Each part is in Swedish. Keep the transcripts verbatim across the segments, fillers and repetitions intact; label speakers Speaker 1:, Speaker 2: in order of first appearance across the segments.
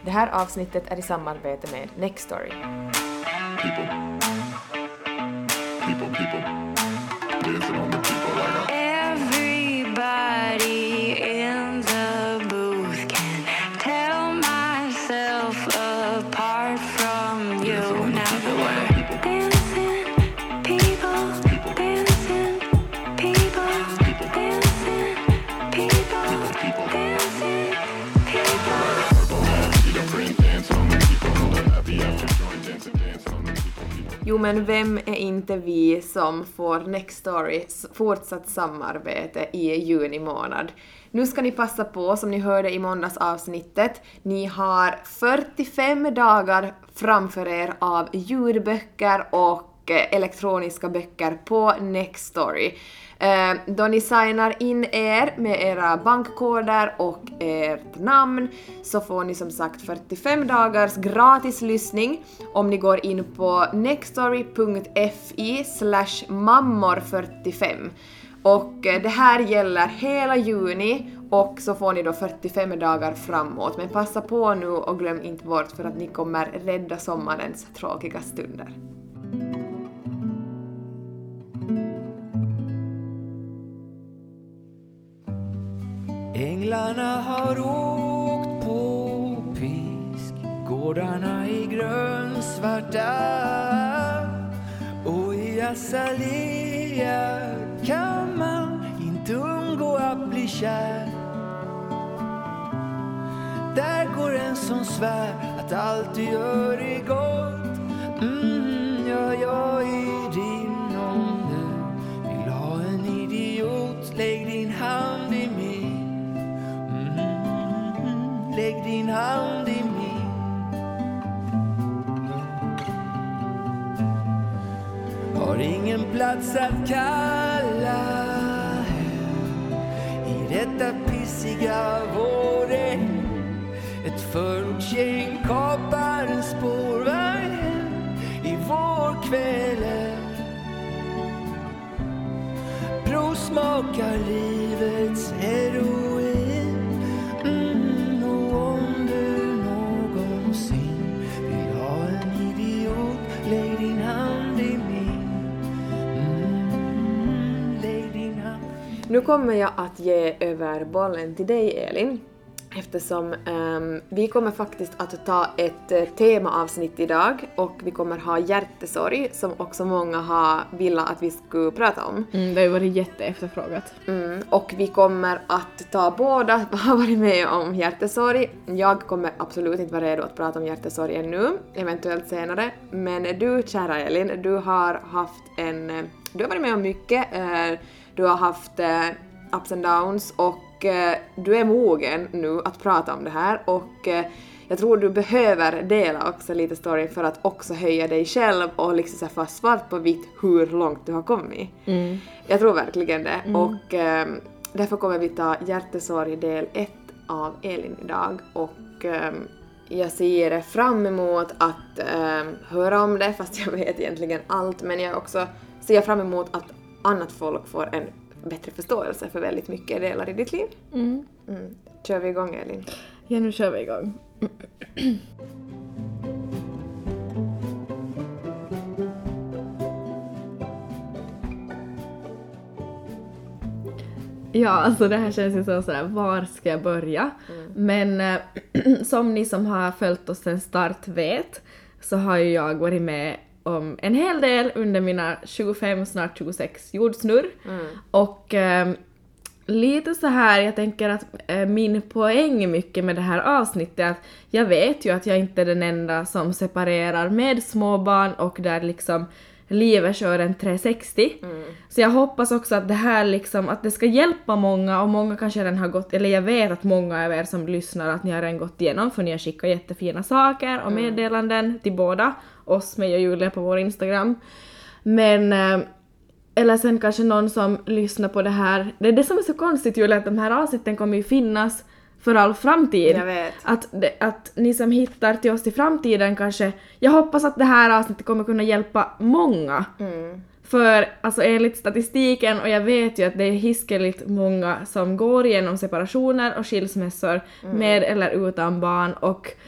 Speaker 1: Det här avsnittet är i samarbete med Nextory.
Speaker 2: People. People, people. Dancing on the people like a...
Speaker 3: Everybody in the booth can tell myself apart from you. Now the word dancing people, dancing people, dancing people, dancing
Speaker 1: Jo, men vem är inte vi som får Nextorys fortsatt samarbete i juni månad? Nu ska ni passa på, som ni hörde i måndagsavsnittet, ni har fyrtiofem dagar framför er av ljudböcker och elektroniska böcker på Nextory. Eh, då ni signar in er med era bankkoder och ert namn så får ni som sagt fyrtiofem dagars gratis lyssning om ni går in på nextory.fi slash mammor fyrtiofem. Och eh, det här gäller hela juni och så får ni då fyrtiofem dagar framåt. Men passa på nu och glöm inte bort för att ni kommer rädda sommarens tråkiga stunder.
Speaker 4: Änglarna har åkt på pisk, gårdarna är grönsvarta och i Azalea kan man inte undgå att bli kär. Där går en som svär att allt du gör är gott. Mm, ja, jag är din om du vill ha en idiot. Lägg din hand i min. Lägg din hand i min. Har ingen plats att kalla i detta pissiga våren. Ett förortsgäng kapar en spårvagn i vårkvällen. Provsmakar livets heroin. Lägg din hand i min. Mm, lägg din hand.
Speaker 1: Nu kommer jag att ge över bollen till dig, Elin. Eftersom um, vi kommer faktiskt att ta ett uh, temaavsnitt idag och vi kommer ha hjärtesorg som också många har velat att vi skulle prata om.
Speaker 5: Mm, det har ju varit jätteefterfrågat.
Speaker 1: Mm, och vi kommer att ta båda, har varit med om hjärtesorg. Jag kommer absolut inte vara redo att prata om hjärtesorg ännu, eventuellt senare. Men du, kära Elin, du har haft en, du har varit med om mycket. Uh, du har haft uh, ups and downs och du är mogen nu att prata om det här och jag tror du behöver dela också lite story för att också höja dig själv och liksom så få svart på vitt hur långt du har kommit. Mm. Jag tror verkligen det mm. och eh, därför kommer vi ta hjärtesorg del ett av Elin idag och eh, jag ser fram emot att eh, höra om det fast jag vet egentligen allt, men jag också ser fram emot att annat folk får en bättre förståelse för väldigt mycket delar i ditt liv. Mm. Mm. Kör vi igång, Elin?
Speaker 5: Ja, nu kör vi igång. Ja, alltså det här känns ju så sådär, var ska jag börja? Mm. Men äh, som ni som har följt oss sen start vet så har ju jag varit med om en hel del under mina tjugofem, snart tjugosex jordsnurr. Mm. Och äh, lite så här, jag tänker att äh, min poäng mycket med det här avsnittet är att jag vet ju att jag inte är den enda som separerar med småbarn och där liksom livet kör en trehundrasextio. Mm. Så jag hoppas också att det här liksom, att det ska hjälpa många och många kanske redan har gått, eller jag vet att många av er som lyssnar att ni har redan gått igenom för ni har skickat jättefina saker och meddelanden mm. till båda oss, mig och Julia på vår Instagram. Men eller sen kanske någon som lyssnar på det här, det är det som är så konstigt Julia, att de här avsnitten kommer ju finnas för all framtid.
Speaker 1: Jag vet.
Speaker 5: Att, det, att ni som hittar till oss i framtiden kanske, jag hoppas att det här avsnittet kommer kunna hjälpa många. Mm. För alltså enligt statistiken, och jag vet ju att det är hiskeligt många som går igenom separationer och skilsmässor mm. med eller utan barn, och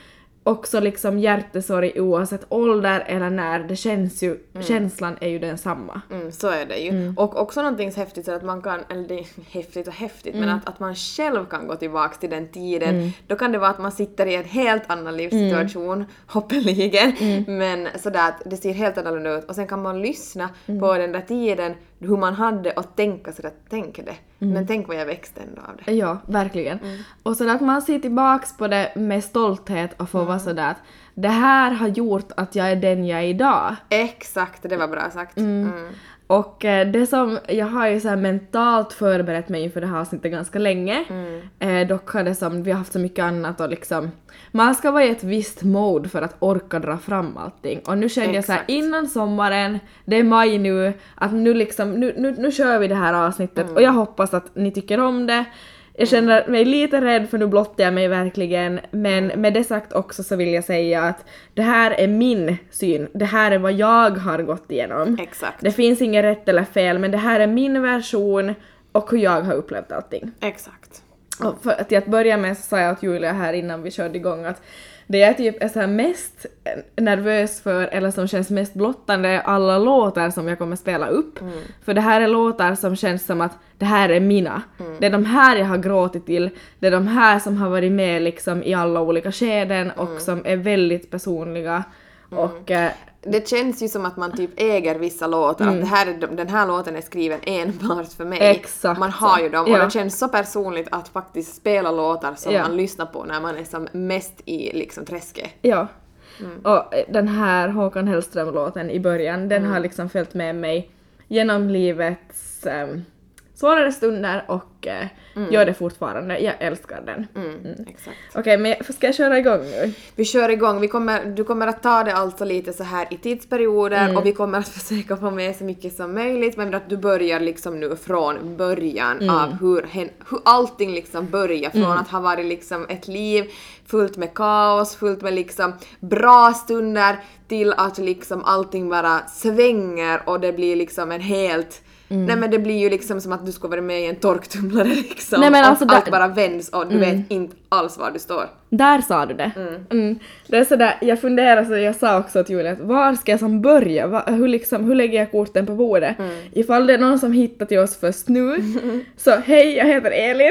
Speaker 5: också liksom hjärtesorg oavsett ålder eller när, det känns ju,
Speaker 1: Mm.
Speaker 5: känslan är ju densamma.
Speaker 1: Mm, så är det ju.
Speaker 5: Mm.
Speaker 1: Och också någonting så häftigt så att man kan, eller det är häftigt och häftigt,
Speaker 5: Mm.
Speaker 1: men att, att man själv kan gå tillbaka till den tiden. Då kan det vara att man sitter i en helt annan livssituation,
Speaker 5: Mm.
Speaker 1: hoppeligen, men sådär att det ser helt annorlunda ut. Och sen kan man lyssna
Speaker 5: Mm.
Speaker 1: på den där tiden, hur man hade och tänka sådär, tänk det.
Speaker 5: Mm.
Speaker 1: Men tänk vad jag växte ändå av det.
Speaker 5: Ja, verkligen. Och så att man ser tillbaks på det med stolthet och får vara sådär att det här har gjort att jag är den jag är idag.
Speaker 1: Exakt, det var bra sagt. Mm.
Speaker 5: Och eh, det som, jag har ju så här mentalt förberett mig inför det här avsnittet ganska länge. Eh, dock har det som, vi har haft så mycket annat och liksom, man ska vara i ett visst mode för att orka dra fram allting. Och nu kände jag så här
Speaker 1: Exakt.
Speaker 5: innan sommaren, det är maj nu, att nu liksom, nu, nu, nu kör vi det här avsnittet och jag hoppas att ni tycker om det. Jag känner mig lite rädd för nu blottar jag mig verkligen, men med det sagt också så vill jag säga att det här är min syn, det här är vad jag har gått igenom.
Speaker 1: Exakt.
Speaker 5: Det finns inget rätt eller fel, men det här är min version och hur jag har upplevt allting.
Speaker 1: Exakt.
Speaker 5: Och för att, till att börja med så sa jag åt Julia här innan vi körde igång att det jag typ är så här mest nervös för eller som känns mest blottande är alla låtar som jag kommer spela upp.
Speaker 1: Mm.
Speaker 5: För det här är låtar som känns som att det här är mina. Det är de här jag har gråtit till. Det är de här som har varit med liksom i alla olika skeden och som är väldigt personliga. Och eh,
Speaker 1: Det känns ju som att man typ äger vissa låtar, att det här är, den här låten är skriven enbart för mig.
Speaker 5: Exakt
Speaker 1: Man har
Speaker 5: så.
Speaker 1: ju dem
Speaker 5: Ja.
Speaker 1: och det känns så personligt att faktiskt spela låtar som
Speaker 5: Ja.
Speaker 1: man lyssnar på när man är som mest i liksom träsket.
Speaker 5: ja. Och eh, den här Håkan Hellström-låten i början, den har liksom följt med mig genom livets um, svårare stunder och eh, gör det fortfarande. Jag älskar den.
Speaker 1: Mm, exakt.
Speaker 5: Okej, men ska jag köra igång nu?
Speaker 1: Vi kör igång. Vi kommer, du kommer att ta det alltså lite så här i tidsperioder och vi kommer att försöka få med så mycket som möjligt, men att du börjar liksom nu från början av hur, hen, hur allting liksom börjar från att ha varit liksom ett liv fullt med kaos, fullt med liksom bra stunder till att liksom allting bara svänger och det blir liksom en helt Nej men det blir ju liksom som att du ska vara med i en torktumlare liksom.
Speaker 5: Nej, men
Speaker 1: och
Speaker 5: alltså där-
Speaker 1: allt bara vänds och du vet inte alls var du står.
Speaker 5: Där sa du det. Mm. Det är sådär, jag funderar så jag sa också till Julia att var ska jag som börja? Va, hur, liksom, hur lägger jag korten på bordet? Ifall det är någon som hittar till oss först nu, så hej, jag heter Elin.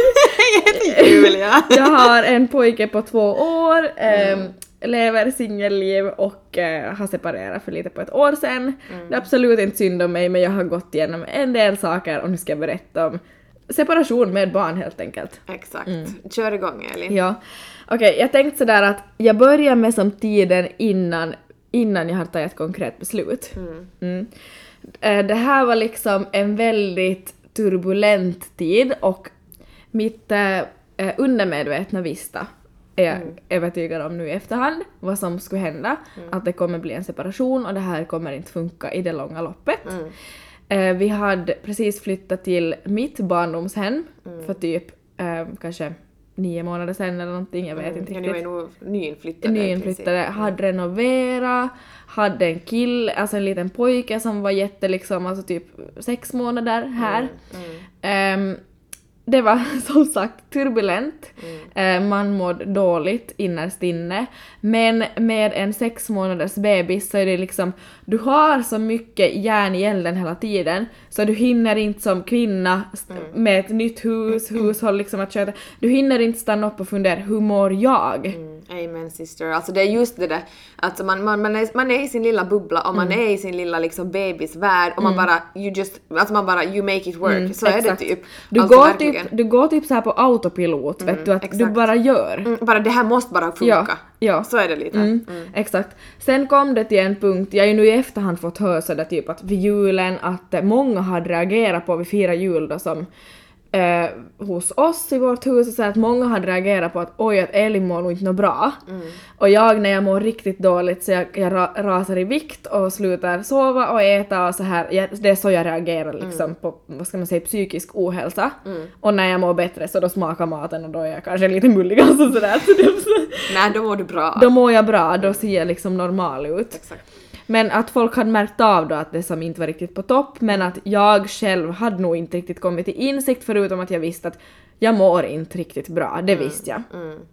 Speaker 1: Julia.
Speaker 5: Jag har en pojke på två år, ehm, lever singelliv och eh, har separerat för lite på ett år sedan. Det är absolut inte synd om mig, men jag har gått igenom en del saker och nu ska jag berätta om separation med barn helt enkelt.
Speaker 1: Exakt. Kör igång Elin.
Speaker 5: Ja, okej, jag tänkte sådär att jag börjar med som tiden innan, innan jag har tagit ett konkret beslut. Mm. Eh, Det här var liksom en väldigt turbulent tid och mitt eh, eh, undermedvetna visste, är jag övertygad om nu i efterhand, vad som skulle hända. Att det kommer bli en separation och det här kommer inte funka i det långa loppet. Eh, vi hade precis flyttat till mitt barndomshem för typ eh, kanske nio månader sedan eller någonting, jag vet inte
Speaker 1: Ja,
Speaker 5: riktigt.
Speaker 1: ni var ju nog nyinflyttade. i
Speaker 5: Nyinflyttade, hade renoverat, hade en kille, alltså en liten pojke som var jätte liksom, alltså typ sex månader här. Ehm, det var som sagt turbulent, eh, man mådde dåligt innerst inne, men med en sex månaders bebis så är det liksom, du har så mycket järn i elden hela tiden så du hinner inte som kvinna st- med ett nytt hus, hushåll liksom att köta, du hinner inte stanna upp och fundera, hur mår jag?
Speaker 1: Mm, amen sister. Alltså det är just det där, alltså man, man, man, är, man är i sin lilla bubbla och man är i sin lilla liksom bebisvärld och man bara, you just, alltså man bara, you make it work. Så är det
Speaker 5: Exakt.
Speaker 1: typ.
Speaker 5: Du,
Speaker 1: Alltså
Speaker 5: går
Speaker 1: verkligen.
Speaker 5: typ, du går typ så här på autopilot, vet du, att du
Speaker 1: exakt.
Speaker 5: bara gör.
Speaker 1: Mm, bara det här måste bara funka.
Speaker 5: Ja, ja.
Speaker 1: Så är det lite.
Speaker 5: Mm, exakt. Sen kom det till en punkt, jag har ju nu i efterhand fått höra sådär typ att vid julen att eh, många hade reagerat på, vi firar jul då som eh, hos oss i vårt hus och så att många hade reagerat på att oj, att Elin mår nog inte något bra. Och jag när jag mår riktigt dåligt så jag, jag ra, rasar i vikt och slutar sova och äta och så här, jag, det är så jag reagerar liksom på, vad ska man säga, psykisk ohälsa. Och när jag mår bättre så då smakar maten och då är jag kanske lite mullig och sådär. Så det,
Speaker 1: Nej, då mår du bra.
Speaker 5: då mår jag bra, då ser jag liksom normal ut.
Speaker 1: Exakt.
Speaker 5: Men att folk hade märkt av då att det som inte var riktigt på topp, men att jag själv hade nog inte riktigt kommit till insikt förutom att jag visste att jag mår inte riktigt bra, det visste jag.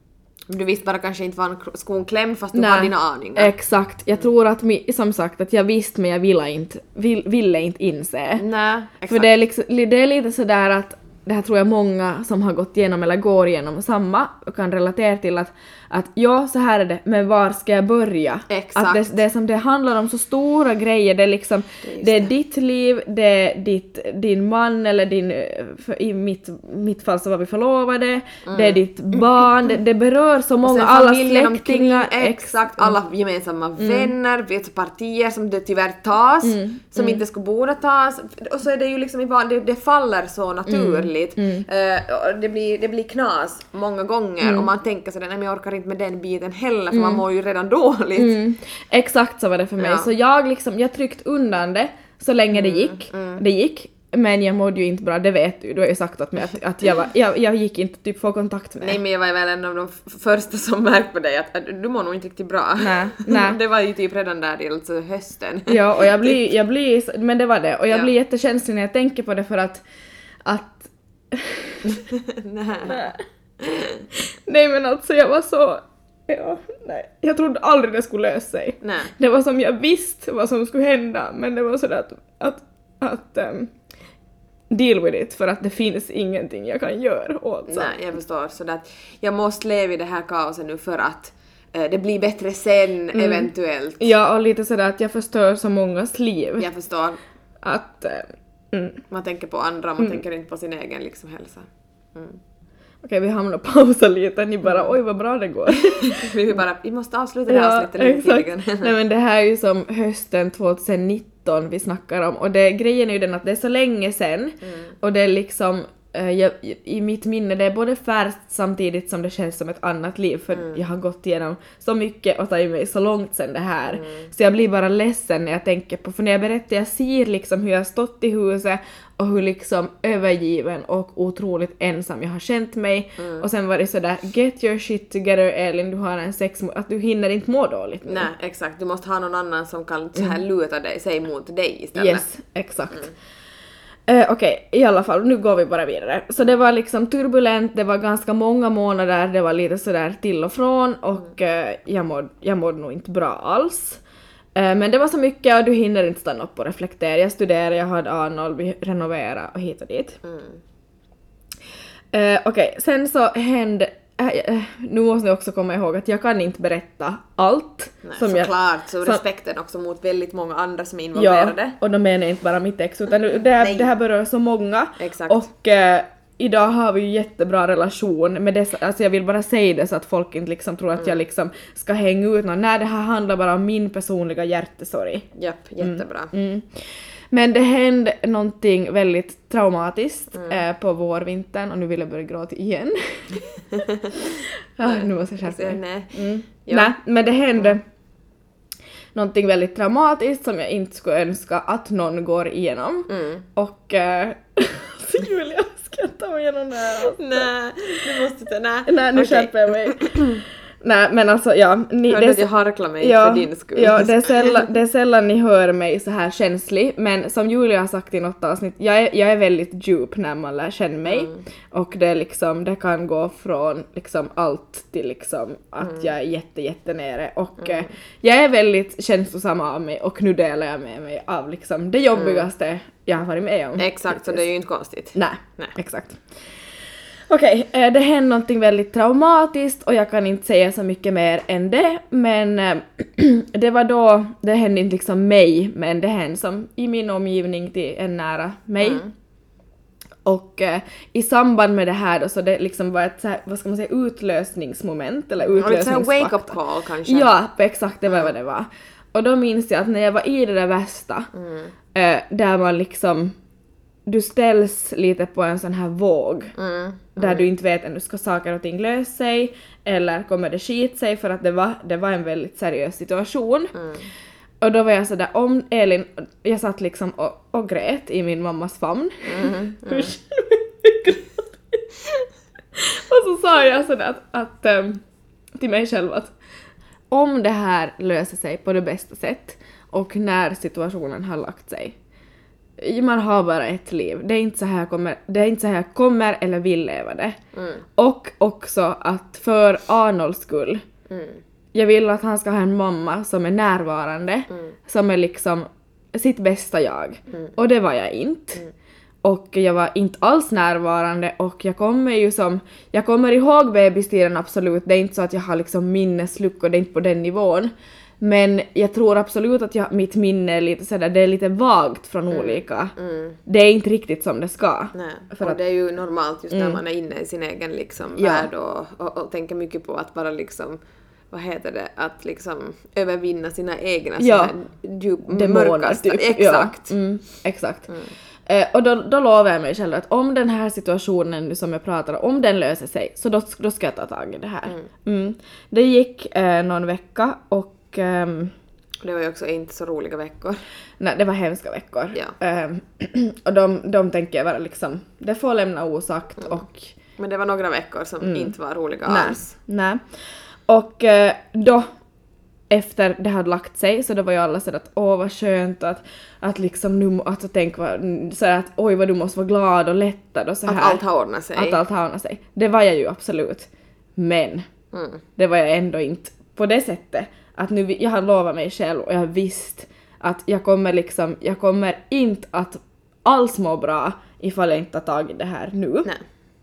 Speaker 1: Du visste bara kanske inte var skon klämd fast du
Speaker 5: Nej,
Speaker 1: hade dina aningar.
Speaker 5: Exakt. Jag tror att, mi, som sagt, att jag visste men jag ville inte, vill, ville inte inse.
Speaker 1: Nej, exakt.
Speaker 5: För det är, liksom, det är lite sådär att det här tror jag många som har gått igenom eller går igenom samma och kan relatera till att, att ja, så här är det, men var ska jag börja?
Speaker 1: Exakt.
Speaker 5: Att det, det som det handlar om så stora grejer, det är liksom,
Speaker 1: Det är
Speaker 5: det är
Speaker 1: det.
Speaker 5: ditt liv, det är ditt, din man eller din, för i mitt, mitt fall så var vi förlovade, det är ditt barn, det, det berör så
Speaker 1: Och
Speaker 5: många,
Speaker 1: sen
Speaker 5: alla
Speaker 1: familjen omkring,
Speaker 5: släktingar.
Speaker 1: exakt, alla gemensamma vänner, vet, partier som det tyvärr tas, som inte skulle borde tas. Och så är det ju liksom, i van- det, det faller så naturligt. Eh, och det, blir, det blir knas många gånger och man tänker sådär, nej men jag orkar inte med den biten heller för man mår ju redan dåligt.
Speaker 5: Mm. Exakt så var det för mig.
Speaker 1: Ja.
Speaker 5: Så jag liksom, jag tryckt undan det så länge det gick. Det gick. Men jag mådde ju inte bra, det vet du. Du har ju sagt åt mig att, att jag, var, jag, jag gick inte typ få kontakt med.
Speaker 1: Nej men jag var väl en av de f- första som märkte på dig att, att du mår nog inte riktigt bra.
Speaker 5: Nej, nej.
Speaker 1: Det var ju typ redan där i alltså hösten.
Speaker 5: Ja, och jag blir, jag blir, men det var det. Och jag
Speaker 1: Ja.
Speaker 5: blir jättekänslig när jag tänker på det för att, att
Speaker 1: Nej.
Speaker 5: nej men alltså jag var så, ja, nej. Jag trodde aldrig det skulle lösa sig.
Speaker 1: Nej.
Speaker 5: Det var som jag visste vad som skulle hända, men det var sådär att, att, att um, deal with it, för att det finns ingenting jag kan göra åt så.
Speaker 1: Nej, jag förstår. Så att jag måste leva i det här kaoset nu för att eh, det blir bättre sen eventuellt.
Speaker 5: Ja, och lite sådär att jag förstör så mångas liv.
Speaker 1: Jag förstår.
Speaker 5: Att, eh, mm.
Speaker 1: Man tänker på andra, man tänker inte på sin egen liksom, hälsa.
Speaker 5: Okej, vi hamnar pausa lite, ni bara oj vad bra det går.
Speaker 1: Vi, bara, vi måste avsluta det här avsnittet lite
Speaker 5: exakt.
Speaker 1: tidigare.
Speaker 5: Nej men det här är ju som hösten tjugonitton vi snackar om, och det, grejen är ju den att det är så länge sen och det är liksom eh, jag, i mitt minne det är både färskt samtidigt som det känns som ett annat liv, för jag har gått igenom så mycket och tagit mig så långt sen det här, så jag blir bara ledsen när jag tänker på, för när jag berättar jag ser liksom hur jag har stått i huset och hur liksom övergiven och otroligt ensam jag har känt mig. Och sen var det sådär, get your shit together Elin, du har en sex, att du hinner inte må dåligt nu.
Speaker 1: Nej, exakt. Du måste ha någon annan som kan så här luta dig, sig mot dig istället.
Speaker 5: Yes, exakt. Eh, Okej, i alla fall, nu går vi bara vidare. Så det var liksom turbulent, det var ganska många månader, det var lite sådär till och från och eh, jag, mådde, jag mådde nog inte bra alls. Eh, men det var så mycket och du hinner inte stanna upp och reflektera. Jag studerade, jag hade A noll, vi renoverade och hit och dit. Eh, Okej, sen så hände... Äh, äh, nu måste jag också komma ihåg att jag kan inte berätta allt.
Speaker 1: Nej,
Speaker 5: som jag,
Speaker 1: såklart, så
Speaker 5: som-
Speaker 1: respekten också mot väldigt många andra som är
Speaker 5: Ja,
Speaker 1: involverade.
Speaker 5: och då menar jag inte bara mitt ex, utan det här,
Speaker 1: Nej.
Speaker 5: det här berör så många.
Speaker 1: Exakt.
Speaker 5: Och eh, idag har vi ju jättebra relation med dessa, alltså jag vill bara säga det så att folk inte liksom tror att jag liksom ska hänga ut någon. Nej, det här handlar bara om min personliga hjärtesorg.
Speaker 1: Japp, jättebra.
Speaker 5: Mm. Men det hände någonting väldigt traumatiskt eh, på vårvintern, och nu vill jag börja gråta igen. ah, nu måste jag skärpa mig.
Speaker 1: Nej.
Speaker 5: Mm.
Speaker 1: Ja.
Speaker 5: Nej, men det hände någonting väldigt traumatiskt som jag inte skulle önska att någon går igenom.
Speaker 1: Mm.
Speaker 5: Och äh, så Julia, ska jag ta mig igenom det här?
Speaker 1: Nej, du måste inte, nej.
Speaker 5: Nej, nu
Speaker 1: Okej.
Speaker 5: skärper jag mig. Nej, men alltså ja. Ni,
Speaker 1: Hörde
Speaker 5: det-
Speaker 1: att jag harklar mig
Speaker 5: ja,
Speaker 1: för din skull.
Speaker 5: Ja, det är, sällan, det är sällan ni hör mig så här känslig, men som Julia har sagt i något avsnitt, jag är, jag är väldigt djup när man lär känna mig.
Speaker 1: Mm.
Speaker 5: Och det, är liksom, det kan gå från liksom allt till liksom att
Speaker 1: Mm.
Speaker 5: jag är jätte, jätte nere. Och eh, jag är väldigt känslosam av mig, och nu delar jag med mig av liksom det jobbigaste jag har varit med om.
Speaker 1: Exakt, så det är ju inte konstigt.
Speaker 5: Nej,
Speaker 1: Nej.
Speaker 5: exakt. Okej, eh, det hände någonting väldigt traumatiskt och jag kan inte säga så mycket mer än det, men eh, det var då, det hände inte liksom mig, men det hände som i min omgivning till en nära mig.
Speaker 1: Mm.
Speaker 5: Och eh, i samband med det här då, så det liksom var ett så här, vad ska man säga, utlösningsmoment eller
Speaker 1: Och lite såhär
Speaker 5: utlösningsfaktor.
Speaker 1: wake-up call kanske.
Speaker 5: Ja, exakt, det var vad det var. Och då minns jag att när jag var i det där värsta,
Speaker 1: Mm.
Speaker 5: eh, där man liksom, du ställs lite på en sån här våg,
Speaker 1: Mm.
Speaker 5: där du inte vet om ska saker och ting lösa sig, eller kommer det skit sig, för att det var, det var en väldigt seriös situation.
Speaker 1: Mm.
Speaker 5: Och då var jag sådär, om Elin, jag satt liksom och, och grät i min mammas famn.
Speaker 1: Mm.
Speaker 5: Usch. Och så sa jag sådär att, att ähm, till mig själv att om det här löser sig på det bästa sätt och när situationen har lagt sig, man har bara ett liv. Det är inte så här jag kommer, det är inte så här jag kommer eller vill leva det. Mm. Och också att för Arnolds skull, mm. jag vill att han ska ha en mamma som är närvarande, mm. som är liksom sitt bästa jag. Mm. Och det var jag inte. Mm. Och jag var inte alls närvarande och jag kommer ju som, jag kommer ihåg bebistiden absolut, det är inte så att jag har liksom minnesluckor, det är inte på den nivån. Men jag tror absolut att jag, mitt minne är lite sådär, det är lite vagt från mm. olika. Mm. Det är inte riktigt som det ska.
Speaker 1: Nej. För och att, det är ju normalt just mm. när man är inne i sin egen liksom ja. värld och, och, och tänker mycket på att bara liksom, vad heter det, att liksom övervinna sina egna
Speaker 5: ja.
Speaker 1: djup, mörka typ. Exakt.
Speaker 5: Ja. Mm. Exakt. Mm. Eh, och då, då lovar jag mig själv att om den här situationen som jag pratar om, om den löser sig, så då, då ska jag ta tag i det här. Mm. Mm. Det gick eh, någon vecka och Um,
Speaker 1: det var ju också inte så roliga veckor.
Speaker 5: Nej, det var hemska veckor.
Speaker 1: Ja.
Speaker 5: Um, och de, de tänker jag vara liksom, det får lämna osagt. Mm. Och,
Speaker 1: men det var några veckor som mm. inte var roliga
Speaker 5: nej,
Speaker 1: alls.
Speaker 5: Nej. Och uh, då, efter det hade lagt sig, så då var ju alla så att åh vad skönt att, att liksom nu, att tänk så att oj vad du måste vara glad och lättad och så här.
Speaker 1: Att allt har ordnat sig.
Speaker 5: Att allt har ordnat sig. Det var jag ju absolut. Men mm. det var jag ändå inte på det sättet. Att nu, jag har lovat mig själv och jag har visst att jag kommer liksom, jag kommer inte att alls må bra ifall jag inte tar tag i det här nu.
Speaker 1: Nej.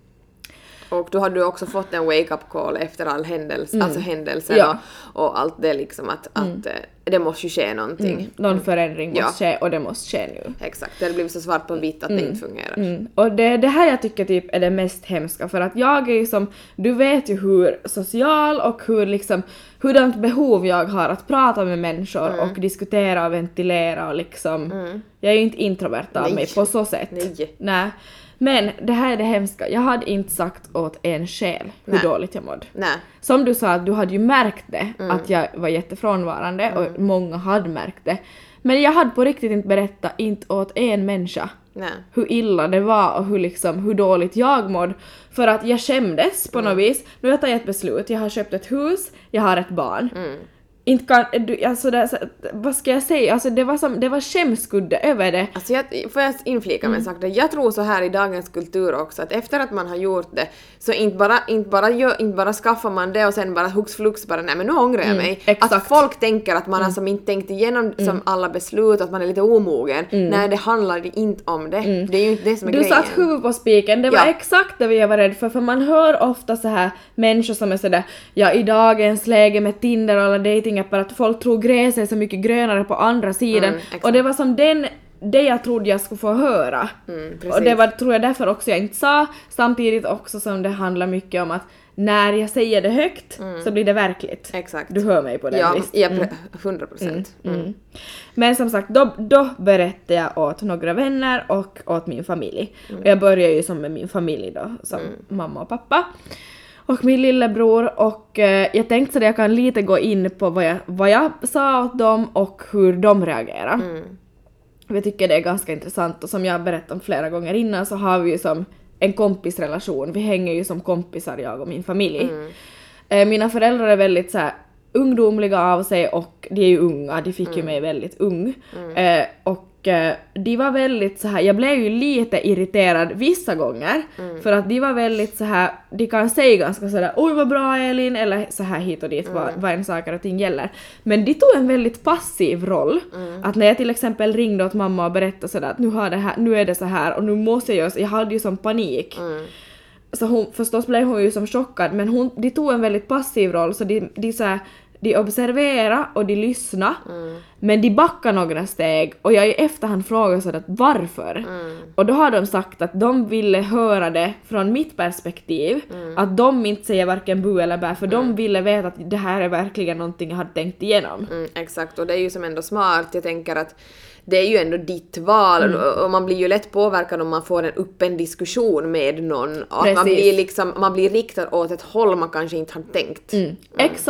Speaker 1: Och då har du också fått en wake-up call efter all händelse, mm. alltså händelser
Speaker 5: ja.
Speaker 1: och, och allt det liksom att, mm. att det måste ju ske någonting.
Speaker 5: Mm. Någon förändring måste
Speaker 1: ja.
Speaker 5: ske och det måste ske nu.
Speaker 1: Exakt, det har blivit så svart på vitt att mm. det inte fungerar.
Speaker 5: Mm. Och det, det här jag tycker typ är det mest hemska, för att jag är ju som, du vet ju hur social och hur liksom, hurdant behov jag har att prata med människor mm. och diskutera och ventilera och liksom, mm. jag är ju inte introvert av Nej. mig på så sätt.
Speaker 1: Nej.
Speaker 5: Nej. Men det här är det hemska. Jag hade inte sagt åt en själ hur Nej. dåligt jag mådde.
Speaker 1: Nej.
Speaker 5: Som du sa, att du hade ju märkt det, mm. att jag var jättefrånvarande mm. och många hade märkt det. Men jag hade på riktigt inte berättat inte åt en människa
Speaker 1: Nej.
Speaker 5: hur illa det var och hur, liksom, hur dåligt jag mådde. För att jag skämdes på mm. något vis. Nu har jag tagit ett beslut. Jag har köpt ett hus, jag har ett barn. Mm. Inte kan, du, alltså det, vad ska jag säga, alltså det var som, det var skämskudde över det.
Speaker 1: Alltså jag, får jag inflika med mm. sagt det, jag tror så här i dagens kultur också, att efter att man har gjort det, så inte bara, inte bara, gör, inte bara skaffar man det och sen bara hux flux bara, nej men nu ångrar jag mig. Mm, att folk tänker att man mm. har som inte tänkt igenom som mm. alla beslut, att man är lite omogen. Mm. Nej, det handlar inte om det. Mm. Det är ju inte det som är
Speaker 5: du
Speaker 1: grejen.
Speaker 5: Du satt huvud på spiken, det var ja. exakt det vi var rädda för, för man hör ofta så här människor som är sådär, ja i dagens läge med Tinder och alla dating för att folk tror gräset är så mycket grönare på andra sidan. Mm, och det var som den, det jag trodde jag skulle få höra. Mm, och det var, tror jag därför också jag inte sa. Samtidigt också som det handlar mycket om att när jag säger det högt mm. så blir det verkligt.
Speaker 1: Exakt.
Speaker 5: Du hör mig på den
Speaker 1: ja,
Speaker 5: visst.
Speaker 1: Ja, hundra procent.
Speaker 5: Mm. Mm. Men som sagt, då, då berättade jag åt några vänner och åt min familj. Mm. Och jag började ju som med min familj då, som mm. mamma och pappa. Och min lillebror, och eh, jag tänkte så att jag kan lite gå in på vad jag, vad jag sa åt dem och hur de reagerar. Mm. Jag tycker det är ganska intressant, och som jag har berättat om flera gånger innan så har vi ju som en kompisrelation. Vi hänger ju som kompisar, jag och min familj. Mm. Eh, mina föräldrar är väldigt så här ungdomliga av sig, och de är ju unga, de fick mm. ju mig väldigt ung. Mm. Eh, och de var väldigt så här, jag blev ju lite irriterad vissa gånger mm. för att de var väldigt så här, de kan säga ganska sådär oj vad bra Elin, eller så här hit och dit mm. vad, vad en saker och ting gäller, men de tog en väldigt passiv roll. Mm. Att när jag till exempel ringde åt mamma och berättade sådär att nu, har det här, nu är det så här och nu måste jag göra, jag hade ju som panik. Mm. Så hon, förstås blev hon ju som chockad, men hon, de tog en väldigt passiv roll, så de, de så här, de observerar och de lyssnar, mm. men de backar några steg, och jag i efterhand frågar så att varför. Mm. Och då har de sagt att de ville höra det från mitt perspektiv, mm. att de inte säger varken bu eller bä, för mm. de ville veta att det här är verkligen någonting jag hade tänkt igenom. Mm,
Speaker 1: exakt, och det är ju som ändå smart. Jag tänker att det är ju ändå ditt val, mm. och man blir ju lätt påverkad om man får en öppen diskussion med någon, och man blir liksom, man blir riktad åt ett håll man kanske inte har tänkt.
Speaker 5: Mm. Mm. Exakt.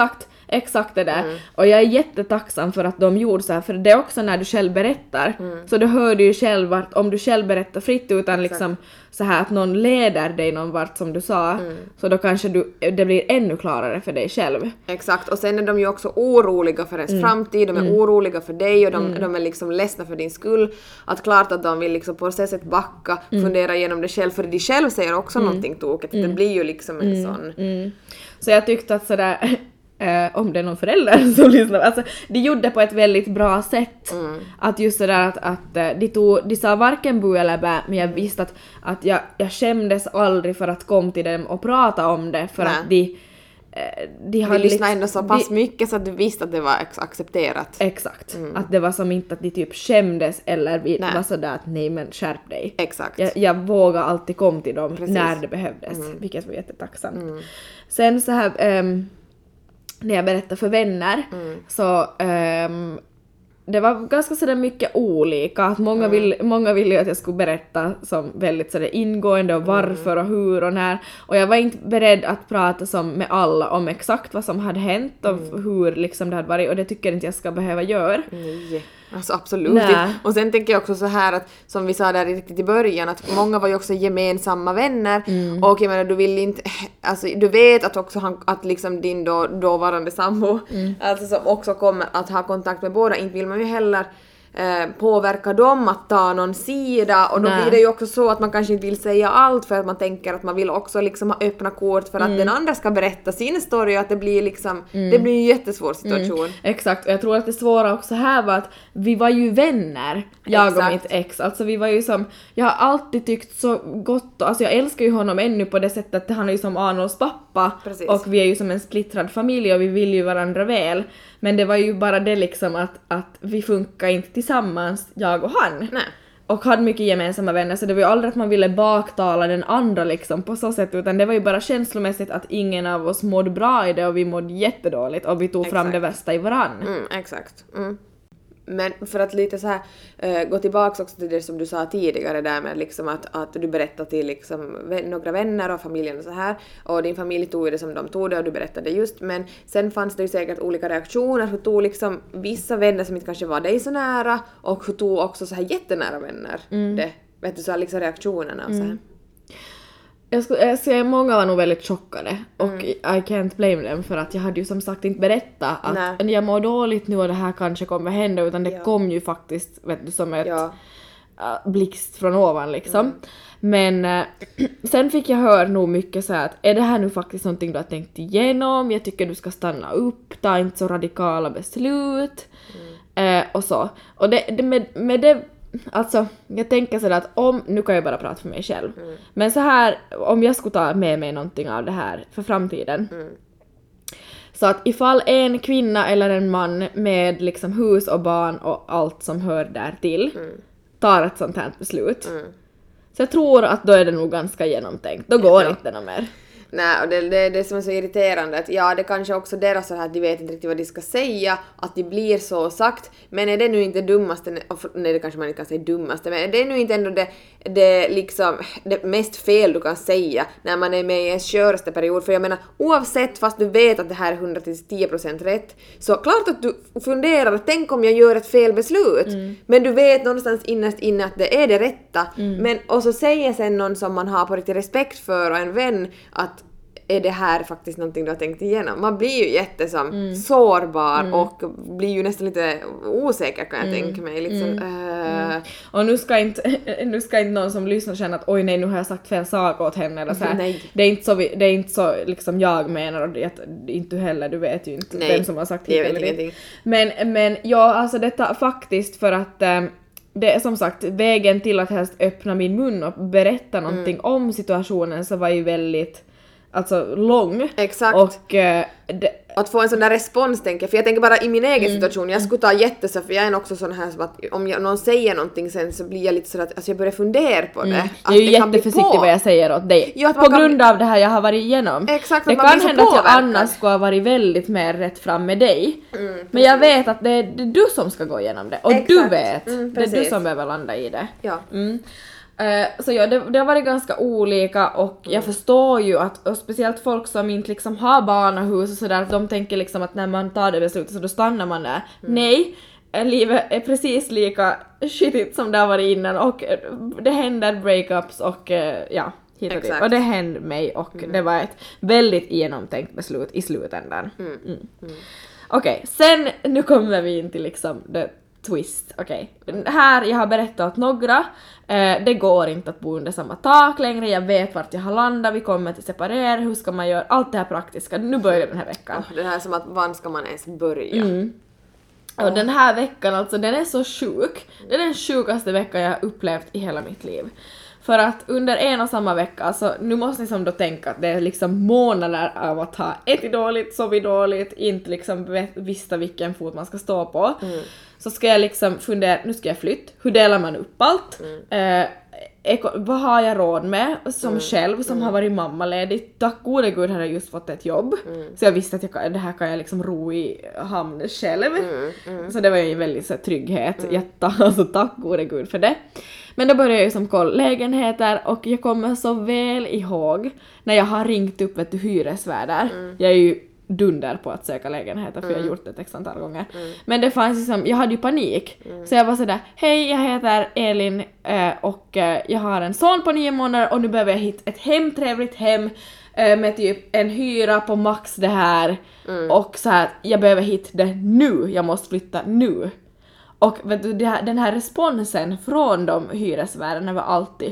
Speaker 5: exakt det där. Mm. Och jag är jättetacksam för att de gjorde så här, för det är också när du själv berättar. Mm. Så då hör du ju själv att om du själv berättar fritt utan liksom så här att någon leder dig någon vart som du sa, mm. så då kanske du, det blir ännu klarare för dig själv.
Speaker 1: Exakt, och sen är de ju också oroliga för ens mm. framtid, de är mm. oroliga för dig och de, mm. de är liksom ledsna för din skull. Att klart att de vill liksom på sätt backa, mm. fundera igenom det själv, för de själv säger också mm. någonting tokigt. Mm. Det blir ju liksom en mm. sån...
Speaker 5: Mm. Så jag tyckte att sådär... Eh, om det är någon förälder som lyssnar. Alltså, de gjorde på ett väldigt bra sätt. Mm. Att just sådär att, att de, tog, de sa varken bu eller bä, men jag visste att, att jag, jag skämdes aldrig för att komma till dem och prata om det. För Nej. att de... Eh, de
Speaker 1: hade lyssnade ändå så pass de, mycket så att du visste att det var accepterat.
Speaker 5: Exakt. Mm. Att det var som inte att de typ skämdes eller vi, var sådär att nej men skärp dig.
Speaker 1: Exakt.
Speaker 5: Jag, jag vågade alltid komma till dem
Speaker 1: Precis.
Speaker 5: när det behövdes. Mm. Vilket var jättetacksamt.
Speaker 1: Mm.
Speaker 5: Sen så här... Um, när jag berättade för vänner mm. så um, det var ganska sådär mycket olika. Att många, mm. vill, många ville ju att jag skulle berätta som väldigt sådär ingående och varför och hur och när. Och jag var inte beredd att prata som med alla om exakt vad som hade hänt och mm. hur liksom det hade varit. Och det tycker jag inte jag ska behöva göra.
Speaker 1: Nej. Alltså absolut inte. Och sen tänker jag också så här att som vi sa där riktigt i början att många var ju också gemensamma vänner mm. och jag menar du vill inte alltså du vet att också han, att liksom din då, dåvarande sambo mm. alltså som också kommer att ha kontakt med båda, inte vill man ju heller eh, påverka dem att ta någon sida och då Nej. blir det ju också så att man kanske inte vill säga allt för att man tänker att man vill också liksom ha öppna kort för att mm. den andra ska berätta sin story och att det blir liksom mm. det blir en jättesvår situation.
Speaker 5: Mm. Exakt, och jag tror att det svåra också här var att vi var ju vänner, jag Exakt. och mitt ex, alltså vi var ju som, jag har alltid tyckt så gott, alltså jag älskar ju honom ännu på det sättet att han är ju som Arnolds pappa
Speaker 1: Precis.
Speaker 5: och vi är ju som en splittrad familj och vi vill ju varandra väl. Men det var ju bara det liksom att, att vi funkar inte tillsammans, jag och han.
Speaker 1: Nej.
Speaker 5: Och hade mycket gemensamma vänner, så det var ju aldrig att man ville baktala den andra liksom på så sätt, utan det var ju bara känslomässigt att ingen av oss mådde bra i det och vi mådde jättedåligt och vi tog exakt. fram det värsta i varann.
Speaker 1: Mm, exakt. Mm. Men för att lite så här uh, gå tillbaka också till det som du sa tidigare där med liksom att, att du berättade till liksom några vänner och familjen och så här och din familj tog det som de tog det och du berättade just, men sen fanns det ju säkert olika reaktioner. Hur tog liksom vissa vänner som inte kanske var dig så nära och hur tog också så här jättenära vänner mm. det, vet du, så här liksom reaktionerna och så här.
Speaker 5: Mm. Jag skulle säga att många var nog väldigt chockade och mm. I can't blame them för att jag hade ju som sagt inte berättat att Nej. jag mår dåligt nu och det här kanske kommer hända, utan det ja. kom ju faktiskt vet du, som ett ja. uh, blixt från ovan liksom. Mm. Men uh, sen fick jag höra nog mycket så här att är det här nu faktiskt någonting du har tänkt igenom, jag tycker du ska stanna upp, ta inte så radikala beslut mm. uh, och så. Och det, det, med, med det alltså, jag tänker sådär att om, nu kan jag bara prata för mig själv, mm. men så här, om jag skulle ta med mig någonting av det här för framtiden, mm. så att ifall en kvinna eller en man med liksom hus och barn och allt som hör där till mm. tar ett sånt här beslut, mm. så jag tror att då är det nog ganska genomtänkt, då går ja. inte något mer.
Speaker 1: Nej, och det är det, det som är så irriterande att ja, det kanske också deras så här att de vet inte riktigt vad de ska säga, att de blir så sagt, men är det nu inte dummaste, nej det kanske man inte kan säga dummaste, men är det nu inte ändå det, det liksom det mest fel du kan säga när man är med i en köraste period, för jag menar oavsett fast du vet att det här är hundra till tio procent rätt, så klart att du funderar, tänk om jag gör ett fel beslut, mm. men du vet någonstans innerst inne att det är det rätta, mm. men och så säger sen någon som man har på riktigt respekt för och en vän att är det här faktiskt någonting du har tänkt igenom? Man blir ju jättesom mm. sårbar mm. och blir ju nästan lite osäker kan jag mm. tänka mig. Liksom, mm. uh...
Speaker 5: mm. Och nu ska, inte, nu ska inte någon som lyssnar känna att oj nej, nu har jag sagt fel sak åt henne. Eller så här.
Speaker 1: Nej.
Speaker 5: Det är inte så, vi, det är inte så liksom jag menar och det, inte du heller, du vet ju inte
Speaker 1: nej.
Speaker 5: vem som har sagt
Speaker 1: hit eller ingenting.
Speaker 5: Men, men ja, alltså detta faktiskt för att um, det är som sagt vägen till att helst öppna min mun och berätta någonting mm. om situationen så var ju väldigt alltså lång.
Speaker 1: Exakt.
Speaker 5: Och uh, det,
Speaker 1: att få en sån där respons tänker jag. För jag tänker bara i min egen mm. situation. Jag skulle ta jätteså för jag är också sån här som att om jag, någon säger någonting sen så blir jag lite så att alltså jag börjar fundera på det.
Speaker 5: Mm.
Speaker 1: Att
Speaker 5: jag är ju jätteförsiktig vad jag säger åt dig. Jo, på grund bli... av det här jag har varit igenom.
Speaker 1: Exakt,
Speaker 5: det kan hända att jag annars skulle ha varit väldigt mer rätt fram med dig. Mm, men jag vet att det är, det är du som ska gå igenom det. Och exakt. Du vet. Mm, det är du som behöver landa i det.
Speaker 1: Ja.
Speaker 5: Mm. Eh, så ja, det, det har varit ganska olika och jag förstår ju att, och speciellt folk som inte liksom har barnahus och sådär, de tänker liksom att när man tar det beslutet så då stannar man där. Nej, livet är precis lika shitigt som det har varit innan och det händer breakups och ja, hit och dit. Och det hände mig och mm. det var ett väldigt genomtänkt beslut i slutändan. Mm. Mm. Mm. Okej, okay, sen nu kommer vi in till liksom the twist. Okej, okay. Här jag har berättat åt några, eh, det går inte att bo under samma tak längre, jag vet vart jag har landat, vi kommer till separera, hur ska man göra, allt det här praktiska, nu börjar den här veckan.
Speaker 1: Oh, det här är som att var ska man ens börja? Mm.
Speaker 5: Och den här veckan alltså, den är så sjuk. Det är den sjukaste veckan jag har upplevt i hela mitt liv. För att under en och samma vecka, alltså nu måste ni som då tänka att det är liksom månader av att ha ätit dåligt, sovit dåligt, inte liksom vissta vilken fot man ska stå på. Mm. Så ska jag liksom fundera, nu ska jag flytta, hur delar man upp allt? Mm. Eh, eko, vad har jag råd med som mm. själv, som mm. har varit mammaledig? Tack gode gud har jag just fått ett jobb. Mm. Så jag visste att jag kan, det här kan jag liksom ro i hamn själv. Mm. Mm. Så det var ju en väldigt så här, trygghet. Mm. Jätta, alltså tack gode gud för det. Men då började jag ju som kolla lägenheter och jag kommer så väl ihåg när jag har ringt upp vet du, hyresvärdar. Mm. Jag är ju dunder på att söka lägenheter för mm. jag har gjort det ett x antal gånger. Mm. Men det fanns liksom, jag hade ju panik. Mm. Så jag var sådär, hej jag heter Elin eh, och eh, jag har en son på nio månader och nu behöver jag hitta ett hem, trevligt hem eh, med typ en hyra på max det här. Mm. Och så här, jag behöver hitta det nu, jag måste flytta nu. Och vet du, det här, den här responsen från de hyresvärdarna var alltid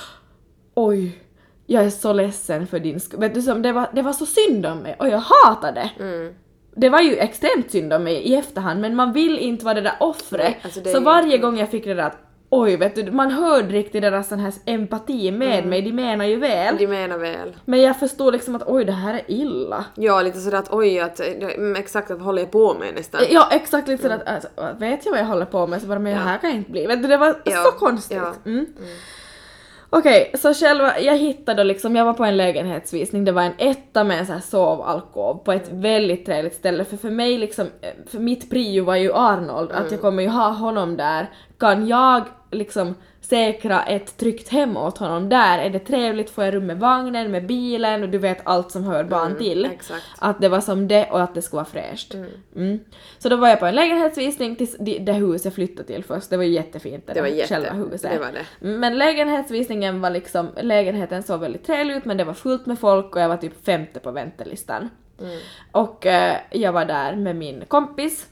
Speaker 5: oj, jag är så ledsen för din skull. Vet du, som det, var, det var så synd om mig och jag hatade det. Mm. Det var ju extremt synd om mig i efterhand men man vill inte vara det där offret. Alltså så varje inte... gång jag fick det där att oj, vet du, man hörde riktigt deras sån här empati med mm. mig, de menar ju väl.
Speaker 1: De menar väl.
Speaker 5: Men jag förstår liksom att oj, det här är illa.
Speaker 1: Ja, lite sådär att oj, att, exakt att håller jag på med nästan.
Speaker 5: Ja, exakt lite sådär mm. att alltså, vet jag vad jag håller på med så bara, men ja. här kan jag inte bli. Vet du, det var ja. så konstigt. Ja. Mm. Mm. Okej, okay, så själva, jag hittade liksom, jag var på en lägenhetsvisning, det var en etta med en så här sovalkov på ett mm. väldigt trevligt ställe, för för mig liksom, för mitt prio var ju Arnold, mm. att jag kommer ju ha honom där, kan jag liksom säkra ett tryggt hem åt honom där, är det trevligt, får jag rum med vagnen, med bilen och du vet allt som hör barn mm, till.
Speaker 1: Exakt.
Speaker 5: Att det var som det och att det skulle vara fräscht. Mm. Mm. Så då var jag på en lägenhetsvisning till det, det hus jag flyttade till först, det var ju jättefint det,
Speaker 1: det var
Speaker 5: där,
Speaker 1: jätte,
Speaker 5: själva huset.
Speaker 1: Det var det.
Speaker 5: Men lägenhetsvisningen var liksom, lägenheten såg väldigt trevlig ut men det var fullt med folk och jag var typ femte på väntelistan. Mm. Och eh, jag var där med min kompis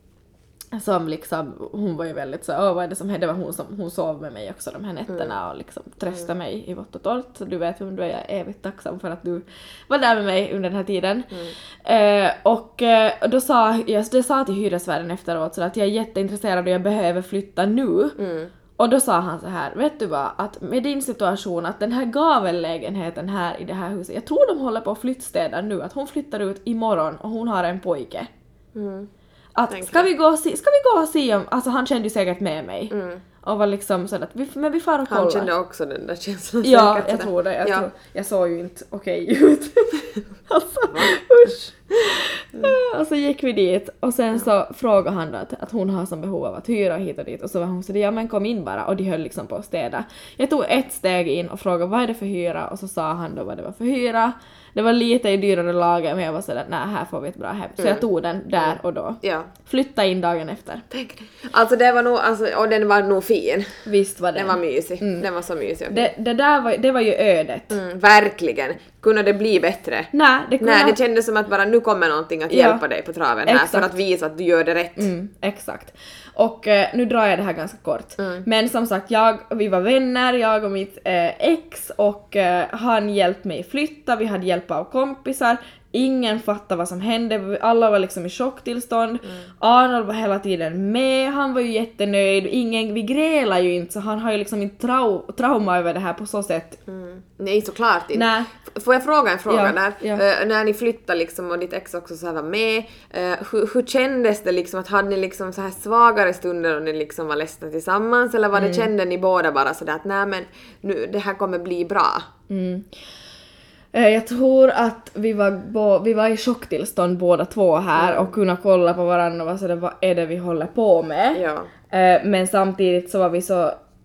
Speaker 5: som liksom, hon var ju väldigt så, åh vad är det som hände, det var hon som, hon sov med mig också de här nätterna mm. och liksom tröstade mm. mig i vått och torrt, så du vet vem du är, jag är evigt tacksam för att du var där med mig under den här tiden. Mm. Eh, och eh, då sa jag, det sa till hyresvärden efteråt så att jag är jätteintresserad och jag behöver flytta nu. Mm. Och då sa han så här, vet du vad, att med din situation, att den här gavellägenheten här i det här huset, jag tror de håller på att flyttstäda nu, att hon flyttar ut imorgon och hon har en pojke. Mm. Att ska vi, gå och se, ska vi gå och se om, alltså han kände ju säkert med mig. Mm. Och var liksom så att vi, men vi får och kolla.
Speaker 1: Han kände också den där känslan.
Speaker 5: Ja,
Speaker 1: säkert,
Speaker 5: jag
Speaker 1: sådär.
Speaker 5: tror det. Jag,
Speaker 1: ja.
Speaker 5: tror, jag såg ju inte okej okay ut. alltså, usch. Mm. Och så gick vi dit och sen ja. så frågade han då att, att hon har som behov av att hyra hit och dit. Och så var hon så ja men kom in bara, och de höll liksom på att städa. Jag tog ett steg in och frågade vad är det för hyra, och så sa han då vad det var för hyra. Det var lite i dyrare lager, men jag var sådär, nej här får vi ett bra hem. Så mm. jag tog den där och då. Ja. Flytta in dagen efter.
Speaker 1: Tänk. Alltså det var nog, alltså, och den var nog fin.
Speaker 5: Visst var den.
Speaker 1: Den var mysig. Mm. Den var så mysig.
Speaker 5: Det, det där var, det var ju ödet.
Speaker 1: Mm, verkligen. Kunde det bli bättre?
Speaker 5: Nej, det kunde...
Speaker 1: Nej, det kändes som att bara nu kommer någonting att hjälpa ja. dig på traven här. Exakt. För att visa att du gör det rätt.
Speaker 5: Mm, exakt. Och eh, nu drar jag det här ganska kort. Mm. Men som sagt, jag, vi var vänner, jag och mitt eh, ex, och eh, han hjälpte mig flytta, vi hade hjälp av kompisar. Ingen fattade vad som hände, alla var liksom i chocktillstånd. Mm. Arnold var hela tiden med, han var ju jättenöjd. Ingen, vi grälade ju inte, så han har ju liksom inte trau, trauma över det här på så sätt.
Speaker 1: Mm. Nej, såklart inte.
Speaker 5: Nej.
Speaker 1: Får jag fråga en fråga
Speaker 5: ja,
Speaker 1: där?
Speaker 5: Ja.
Speaker 1: Uh, när ni flyttade liksom och ditt ex också så här var med, uh, hur, hur kändes det liksom, att hade ni liksom så här svagare stunder och ni liksom var ledsna tillsammans, eller var det, mm. kände ni båda bara sådär att nej men nu, det här kommer bli bra? Mm.
Speaker 5: Jag tror att vi var, bo, vi var i chocktillstånd båda två här mm. och kunna kolla på varandra och vara sådär, vad är det vi håller på med?
Speaker 1: Ja.
Speaker 5: Men samtidigt så var vi så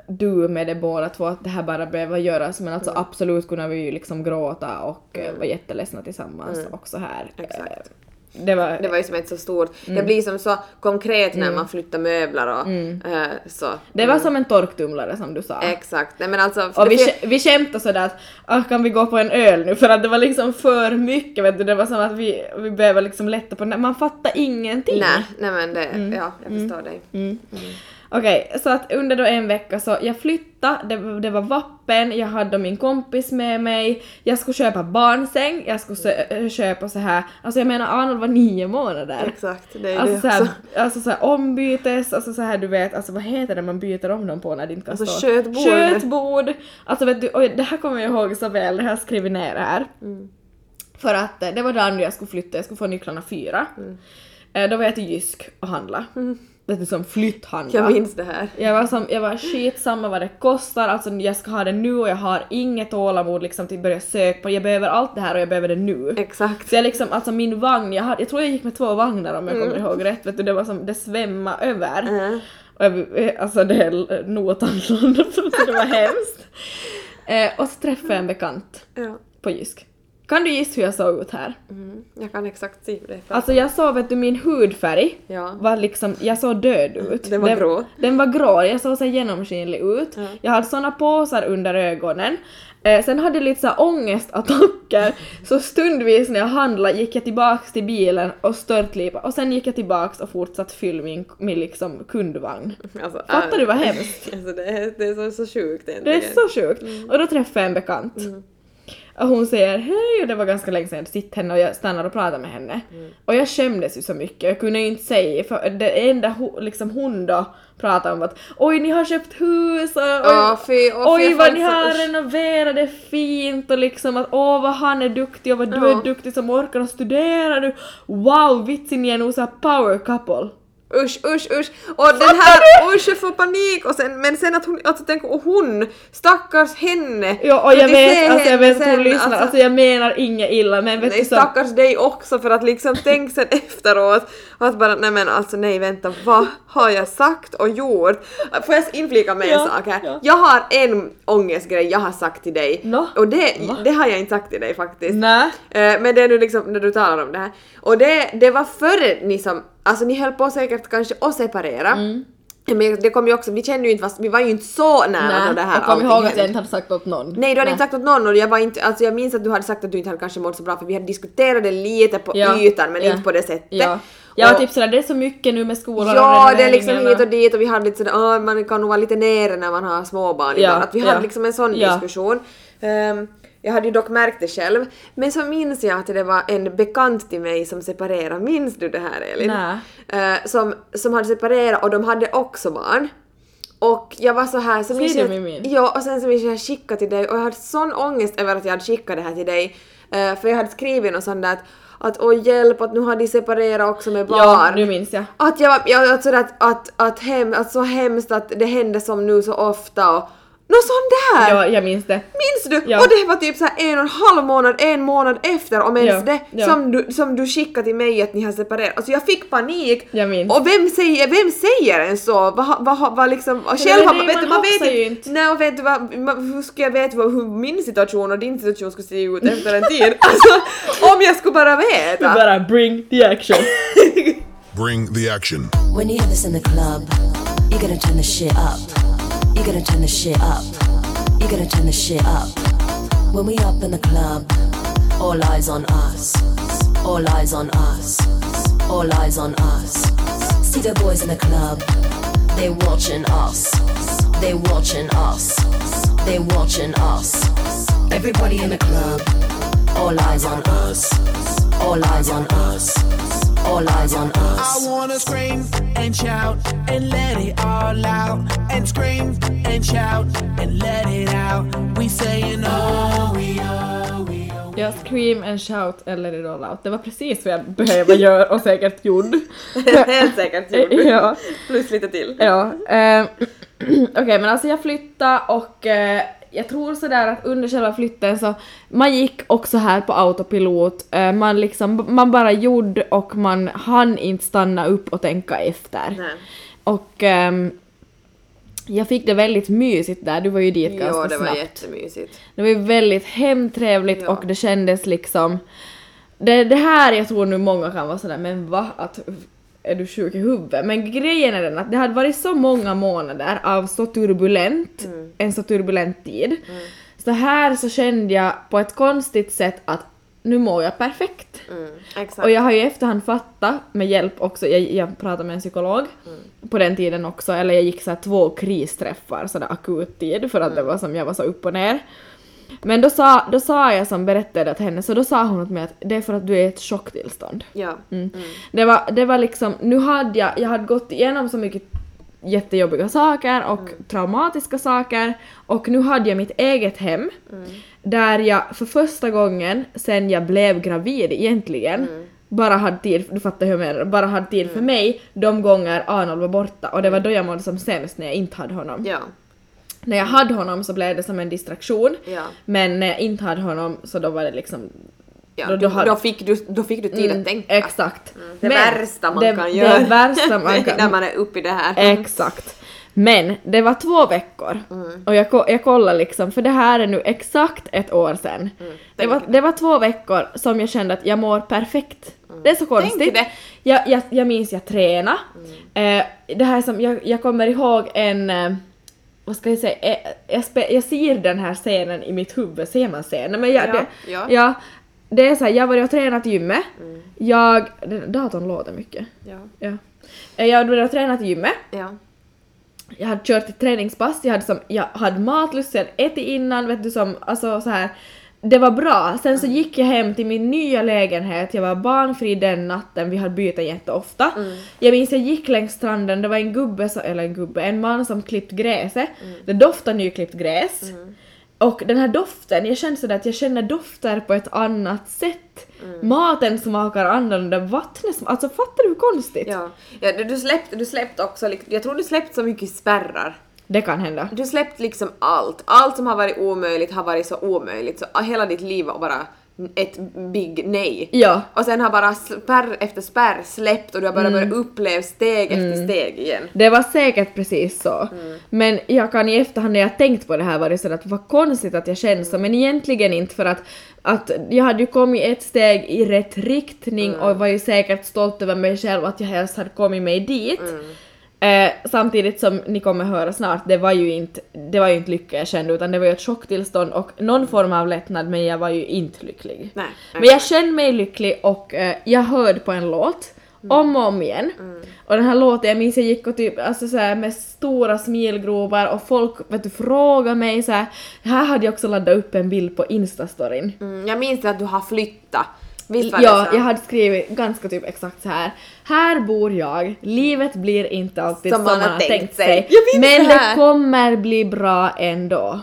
Speaker 5: du med det båda två att det här bara behöver göras, men alltså mm. absolut kunna vi ju liksom gråta och mm. vara jätteledsna tillsammans mm. också här.
Speaker 1: Exakt.
Speaker 5: Det var,
Speaker 1: det var ju som ett så stort,
Speaker 5: mm.
Speaker 1: det blir som så konkret när
Speaker 5: mm.
Speaker 1: man flyttar möbler och
Speaker 5: mm.
Speaker 1: äh, så.
Speaker 5: Det var
Speaker 1: mm.
Speaker 5: som en torktumlare som du sa.
Speaker 1: Exakt. Nej, men alltså,
Speaker 5: och vi, sk- vi skämtade sådär att ah, kan vi gå på en öl nu, för att det var liksom för mycket, vet du, det var som att vi, vi behöver liksom lätta på, man fattar ingenting.
Speaker 1: Nej, nej men det,
Speaker 5: mm.
Speaker 1: ja, jag förstår
Speaker 5: mm.
Speaker 1: dig.
Speaker 5: Mm. Mm. Okej, okay, så att under då en vecka så jag flyttade, det, det var vappen, jag hade min kompis med mig, jag skulle köpa barnsäng, jag skulle sö- köpa så här, alltså jag menar Arnold var nio månader.
Speaker 1: Exakt, det är
Speaker 5: alltså
Speaker 1: det
Speaker 5: så här,
Speaker 1: också.
Speaker 5: Alltså så här ombytes, alltså så här du vet, alltså vad heter det man byter om dem på när det inte kan
Speaker 1: alltså
Speaker 5: stå?
Speaker 1: kötbord.
Speaker 5: Kötbord. Alltså vet du, oj, det här kommer jag ihåg så väl, det här skriver ner här. Mm. För att det var dagen jag skulle flytta, jag skulle få nycklarna fyra. Mm. Då var jag till Jysk och handla. Mm. Det är som flytthandla.
Speaker 1: Jag minns det här.
Speaker 5: Jag var, som, jag var skitsamma vad det kostar, alltså jag ska ha det nu och jag har inget tålamod liksom till att börja söka på. Jag behöver allt det här och jag behöver det nu.
Speaker 1: Exakt.
Speaker 5: Så jag liksom, alltså min vagn, jag, hade, jag tror jag gick med två vagnar om jag
Speaker 1: mm.
Speaker 5: kommer ihåg rätt, vet du, det var som, det svämmade över.
Speaker 1: Mm.
Speaker 5: Och jag, alltså det är notanlån, det var hemskt. Eh, och så träffade jag en bekant
Speaker 1: ja.
Speaker 5: på Jysk. Kan du gissa hur jag såg ut här?
Speaker 1: Mm, jag kan exakt se det.
Speaker 5: Alltså jag såg, vet du, min hudfärg
Speaker 1: ja.
Speaker 5: var liksom, jag såg död ut.
Speaker 1: Den var
Speaker 5: den,
Speaker 1: grå.
Speaker 5: Den var grå, jag såg så genomskinlig ut. Ja. Jag hade såna påsar under ögonen. Eh, sen hade jag lite så här ångestattacker. Så stundvis när jag handlade gick jag tillbaks till bilen och störtlipa. Och sen gick jag tillbaks och fortsatte fylla min, min liksom kundvagn. Alltså, Fattar äh, du vad hemskt?
Speaker 1: Alltså det är, det är så, så sjukt egentligen.
Speaker 5: Det är så sjukt. Mm. Och då träffade jag en bekant. Mm. Och hon säger hej, och det var ganska länge sedan jag sitt henne och jag stannade och pratade med henne. Mm. Och jag skämdes ju så mycket, jag kunde ju inte säga, för det enda ho, liksom hon då pratade om att oj, ni har köpt hus och oj,
Speaker 1: oh, fy, oh,
Speaker 5: oj
Speaker 1: fy,
Speaker 5: vad ni
Speaker 1: så,
Speaker 5: har
Speaker 1: usch.
Speaker 5: renoverat det fint och liksom att åh vad han är duktig och vad du oh. är duktig som orkar och studera du. Wow, vitsen ni är nog så här power couple.
Speaker 1: Usch, usch, usch. Och den här, usch jag får panik. Och sen, men sen att hon, alltså tänk, och hon, stackars henne.
Speaker 5: Ja, och jag vet, alltså jag vet att hon
Speaker 1: sen,
Speaker 5: lyssnar, alltså, alltså jag menar inget illa, men vet
Speaker 1: nej,
Speaker 5: du så...
Speaker 1: stackars dig också, för att liksom tänk sen efteråt, att bara, nej men alltså nej vänta, vad har jag sagt och gjort? Får jag inflika med
Speaker 5: ja,
Speaker 1: en sak här?
Speaker 5: Ja.
Speaker 1: Jag har en ångestgrej jag har sagt till dig.
Speaker 5: No?
Speaker 1: Och det, det har jag inte sagt till dig faktiskt.
Speaker 5: Nej.
Speaker 1: Men det är nu liksom, när du talar om det här. Och det, det var före ni som, alltså ni höll på säkert kanske att separera. Mm. Men det kom ju också, vi kände ju inte fast, vi var ju inte så nära när det här.
Speaker 5: Jag kommer ihåg att jag inte hade sagt åt någon.
Speaker 1: Nej, du hade Nej. inte sagt åt någon, och jag var inte, alltså jag minns att du hade sagt att du inte hade kanske mått så bra, för vi hade diskuterat det lite på
Speaker 5: ja.
Speaker 1: ytan, men
Speaker 5: ja.
Speaker 1: inte på det sättet.
Speaker 5: Ja. Jag var typ sådär, det är så mycket nu med skolan.
Speaker 1: Ja, och det är liksom hit och dit, och vi hade lite sådär, oh, man kan nog vara lite nere när man har småbarn. Ja. Att vi hade ja. liksom en sån
Speaker 5: ja.
Speaker 1: diskussion. Um, Jag hade ju dock märkt det själv. Men så minns jag att det var en bekant till mig som separerade. Minns du det här, Elin?
Speaker 5: Nej.
Speaker 1: Uh, som, som hade separerat, och de hade också barn. Och jag var så här... Så minns jag,
Speaker 5: min?
Speaker 1: ja, och sen så minns jag skicka till dig. Och jag hade sån ångest över att jag hade skickat det här till dig. Uh, för jag hade skrivit något sånt där att att åh hjälp, att nu har de separerat också med barn.
Speaker 5: Ja, nu minns jag.
Speaker 1: Att jag var, jag, att, sådär, att, att, att, hem, att så hemskt att det hände som nu så ofta, och nå sån där!
Speaker 5: Ja, jag minns det.
Speaker 1: Minns du?
Speaker 5: Ja.
Speaker 1: Och det var typ så här en och en halv månad, en månad efter, om ens
Speaker 5: ja.
Speaker 1: det,
Speaker 5: ja.
Speaker 1: som, du, som du skickade till mig att ni har separerat. Alltså jag fick panik.
Speaker 5: Jag minns.
Speaker 1: Och vem säger, vem säger en så? Vad va, va, liksom, och själv har man, vet du, man vet
Speaker 5: ju inte.
Speaker 1: Nej, och vet du vad, hur ska jag veta vad, hur min situation och din situation skulle se ut efter en tid? Alltså, om jag skulle bara veta.
Speaker 5: Du bara bring the action.
Speaker 2: Bring the action.
Speaker 6: When you have this in the club, you're gonna turn the shit up. You're gonna turn the shit up. You're gonna turn the shit up. When we up in the club, all eyes on us. All eyes on us. All eyes on us. See the boys in the club, they watching us. They watching us. They watching us. Everybody in the club, all eyes on us. All eyes on us. All eyes on us.
Speaker 4: I wanna scream and shout and let it all out. And scream and shout and let it out. We saying oh, we oh, we oh.
Speaker 5: Ja, scream and shout eller let it all out. Det var precis vad jag behöver göra och säkert gjorde.
Speaker 1: Helt säkert gjorde.
Speaker 5: Ja.
Speaker 1: Plus lite till.
Speaker 5: Ja. Eh, Okej, okay, men alltså jag flyttade och eh, jag tror sådär att under själva flytten så man gick också här på autopilot. Eh, man liksom, man bara gjorde och man hann inte stanna upp och tänka efter.
Speaker 1: Nej.
Speaker 5: Och ehm, jag fick det väldigt mysigt där, du var ju dit ganska
Speaker 1: Jo,
Speaker 5: snabbt.
Speaker 1: det var jättemysigt.
Speaker 5: Det var ju väldigt hemtrevligt
Speaker 1: Ja.
Speaker 5: och det kändes liksom... Det, det här, jag tror nu många kan vara sådär, men va? Att, är du sjuk i huvudet? Men grejen är den att det hade varit så många månader av så turbulent,
Speaker 1: Mm.
Speaker 5: en så turbulent tid. Så här så kände jag på ett konstigt sätt att nu mår jag perfekt.
Speaker 1: Mm, exakt.
Speaker 5: Och jag har ju i efterhand fattat med hjälp också, jag, jag pratade med en psykolog
Speaker 1: Mm.
Speaker 5: på den tiden också, eller jag gick så här två kristräffar, sådär akut tid, för att
Speaker 1: Mm.
Speaker 5: det var som jag var så upp och ner. Men då sa, då sa jag som berättade till henne, så då sa hon åt mig att det är för att du är i ett chocktillstånd.
Speaker 1: Ja.
Speaker 5: Mm. Det, var, det var liksom, nu hade jag, jag hade gått igenom så mycket jättejobbiga saker och
Speaker 1: Mm.
Speaker 5: traumatiska saker, och nu hade jag mitt eget hem
Speaker 1: Mm.
Speaker 5: där jag för första gången sen jag blev gravid egentligen
Speaker 1: Mm.
Speaker 5: bara hade tid, du fattar hur jag menar, bara hade tid för mig de gånger Arnold var borta, och det var då jag mådde som sämst när jag inte hade honom.
Speaker 1: Ja.
Speaker 5: När jag hade honom så blev det som en distraktion,
Speaker 1: Ja.
Speaker 5: men när jag inte hade honom så då var det liksom...
Speaker 1: Ja,
Speaker 5: Då-
Speaker 1: då,
Speaker 5: då hade-
Speaker 1: då, fick du, då fick du tid
Speaker 5: Mm,
Speaker 1: att tänka.
Speaker 5: Exakt.
Speaker 1: Det värsta man
Speaker 5: det,
Speaker 1: kan göra.
Speaker 5: Det värsta man kan...
Speaker 1: när man är uppe i det här.
Speaker 5: Exakt. Men det var två veckor och jag, ko- jag kollade liksom, för det här är nu exakt ett år sedan. Det, var, det var två veckor som jag kände att jag mår perfekt. Det är så konstigt.
Speaker 1: det.
Speaker 5: Jag, jag, jag minns jag tränade. Eh, det här som, jag, jag kommer ihåg en... Eh, vad ska jag säga? Eh, jag, spe, jag ser den här scenen i mitt huvud, ser man scenen? Men jag,
Speaker 1: Ja,
Speaker 5: det,
Speaker 1: ja.
Speaker 5: ja, det är så här, jag var och tränat i gymmet. Jag... Datorn låter mycket.
Speaker 1: Ja.
Speaker 5: Ja. Eh, Jag hade tränat i gymmet.
Speaker 1: Ja.
Speaker 5: Jag hade kört ett träningspass, jag hade, som, jag hade matlust, jag hade ätit innan, vet du, som, alltså så här. Det var bra. Sen så gick jag hem till min nya lägenhet, jag var barnfri den natten, vi hade bytt jätteofta. Mm. Jag minns jag gick längs stranden, det var en gubbe, så, eller en gubbe, en man som klippt gräset. Mm. Det doftade nyklippt gräs. Mm. Och den här doften, jag känner sådär att jag känner dofter på ett annat sätt. Mm. Maten smakar annorlunda, vattnet smakar, alltså fattar du hur konstigt?
Speaker 1: Ja. Ja, du- du släppte du släppte också, lik- jag tror du släppte så mycket spärrar.
Speaker 5: Det kan hända.
Speaker 1: Du släppte liksom allt. Allt som har varit omöjligt har varit så omöjligt. Så hela ditt liv var bara ett big nej.
Speaker 5: Ja.
Speaker 1: Och sen har bara spärr efter spärr släppt och du har bara börjat uppleva steg efter steg igen.
Speaker 5: Det var säkert precis så. Men jag kan i efterhand när jag tänkt på det här varit så att vad konstigt att jag känner så, men egentligen inte, för att, att jag hade ju kommit ett steg i rätt riktning och var ju säkert stolt över mig själv att jag helst hade kommit mig dit. Eh, samtidigt som ni kommer höra snart, det var ju inte, det var ju inte lycka jag kände, utan det var ju ett chocktillstånd och någon form av lättnad, men jag var ju inte lycklig.
Speaker 1: Nej,
Speaker 5: Men jag kände mig lycklig och eh, jag hörde på en låt om och om igen. Och den här låten, jag minns jag gick och typ, alltså så här, med stora smilgropar och folk, vet du, frågade mig så här. Här hade jag också laddat upp en bild på Instastoryn.
Speaker 1: Mm, jag minns att du har flyttat. Visst var det
Speaker 5: Ja,
Speaker 1: så?
Speaker 5: jag hade skrivit ganska typ exakt så här. Här bor jag, livet blir inte alltid som, man har tänkt sig.
Speaker 1: Jag minns
Speaker 5: Men
Speaker 1: det här.
Speaker 5: det kommer bli bra ändå.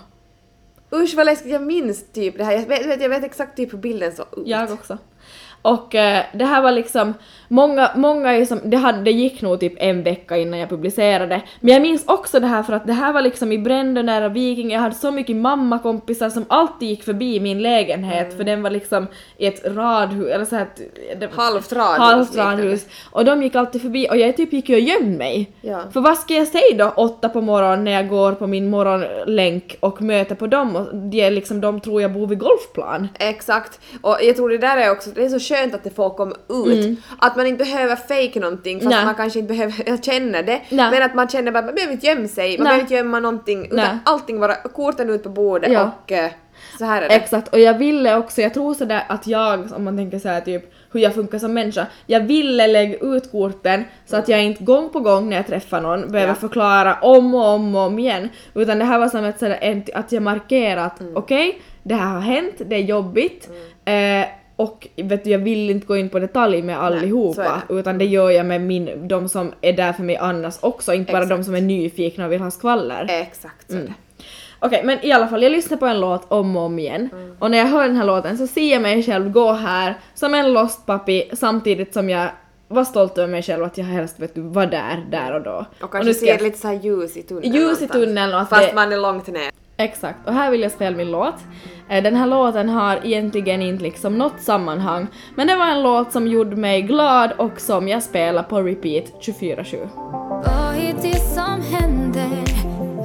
Speaker 1: Usch vad läskigt, jag minns typ det här. Jag vet, jag vet exakt typ hur bilden såg ut.
Speaker 5: Jag också. Och eh, det här var liksom, många, många är som, det, hade, det gick nog typ en vecka innan jag publicerade. Men jag minns också det här för att det här var liksom i Brändö nära Viking. Jag hade så mycket mammakompisar som alltid gick förbi min lägenhet,
Speaker 1: Mm.
Speaker 5: för den var liksom i ett radhus, eller så här, det,
Speaker 1: Halvt radhus.
Speaker 5: halvt radhus. Och de gick alltid förbi och jag typ gick ju och gömde mig.
Speaker 1: Ja.
Speaker 5: För vad ska jag säga då åtta på morgonen när jag går på min morgonlänk och möter på dem, och det är liksom, de tror jag bor vid golfplan.
Speaker 1: Exakt. Och jag tror det där är också, det är så skönt att det får komma ut. Att man inte behöver fake någonting, fast
Speaker 5: Nej.
Speaker 1: man kanske inte behöver, jag känner det.
Speaker 5: Nej.
Speaker 1: Men att man känner bara att man behöver inte gömma sig, man
Speaker 5: Nej.
Speaker 1: behöver inte gömma någonting, utan
Speaker 5: Nej.
Speaker 1: allting bara, korten ut på bordet
Speaker 5: Ja.
Speaker 1: och eh, så här är det.
Speaker 5: Exakt, och jag ville också, jag tror sådär att jag, om man tänker såhär typ hur jag funkar som människa, jag ville lägga ut korten så att jag inte gång på gång när jag träffar någon behöver
Speaker 1: Ja.
Speaker 5: förklara om och om och om igen, utan det här var som ett sådär, en- att jag markerar att
Speaker 1: Mm.
Speaker 5: okej, det här har hänt, det är jobbigt, eh, och vet du, jag vill inte gå in på detalj med allihopa,
Speaker 1: så är det.
Speaker 5: utan det gör jag med min, de som är där för mig annars också, inte bara
Speaker 1: Exakt.
Speaker 5: de som är nyfikna och vill ha skvaller.
Speaker 1: Exakt så är det.
Speaker 5: Okej, men i alla fall, jag lyssnar på en låt om och om igen.
Speaker 1: Mm.
Speaker 5: Och när jag hör den här låten så ser jag mig själv gå här som en lost puppy, samtidigt som jag var stolt över mig själv att jag helst, vet du, var där, där och då.
Speaker 1: Och kanske
Speaker 5: nu ska
Speaker 1: ser
Speaker 5: jag-
Speaker 1: lite så här ljus i tunneln.
Speaker 5: Ljus i
Speaker 1: någonstans.
Speaker 5: tunneln och att
Speaker 1: Fast
Speaker 5: det-
Speaker 1: man är långt ner.
Speaker 5: Exakt, och här vill jag spela min låt. Eh, Den här låten har egentligen inte liksom något sammanhang, men det var en låt som gjorde mig glad och som jag spelar på repeat tjugofyra sju.
Speaker 3: Vad är det som händer?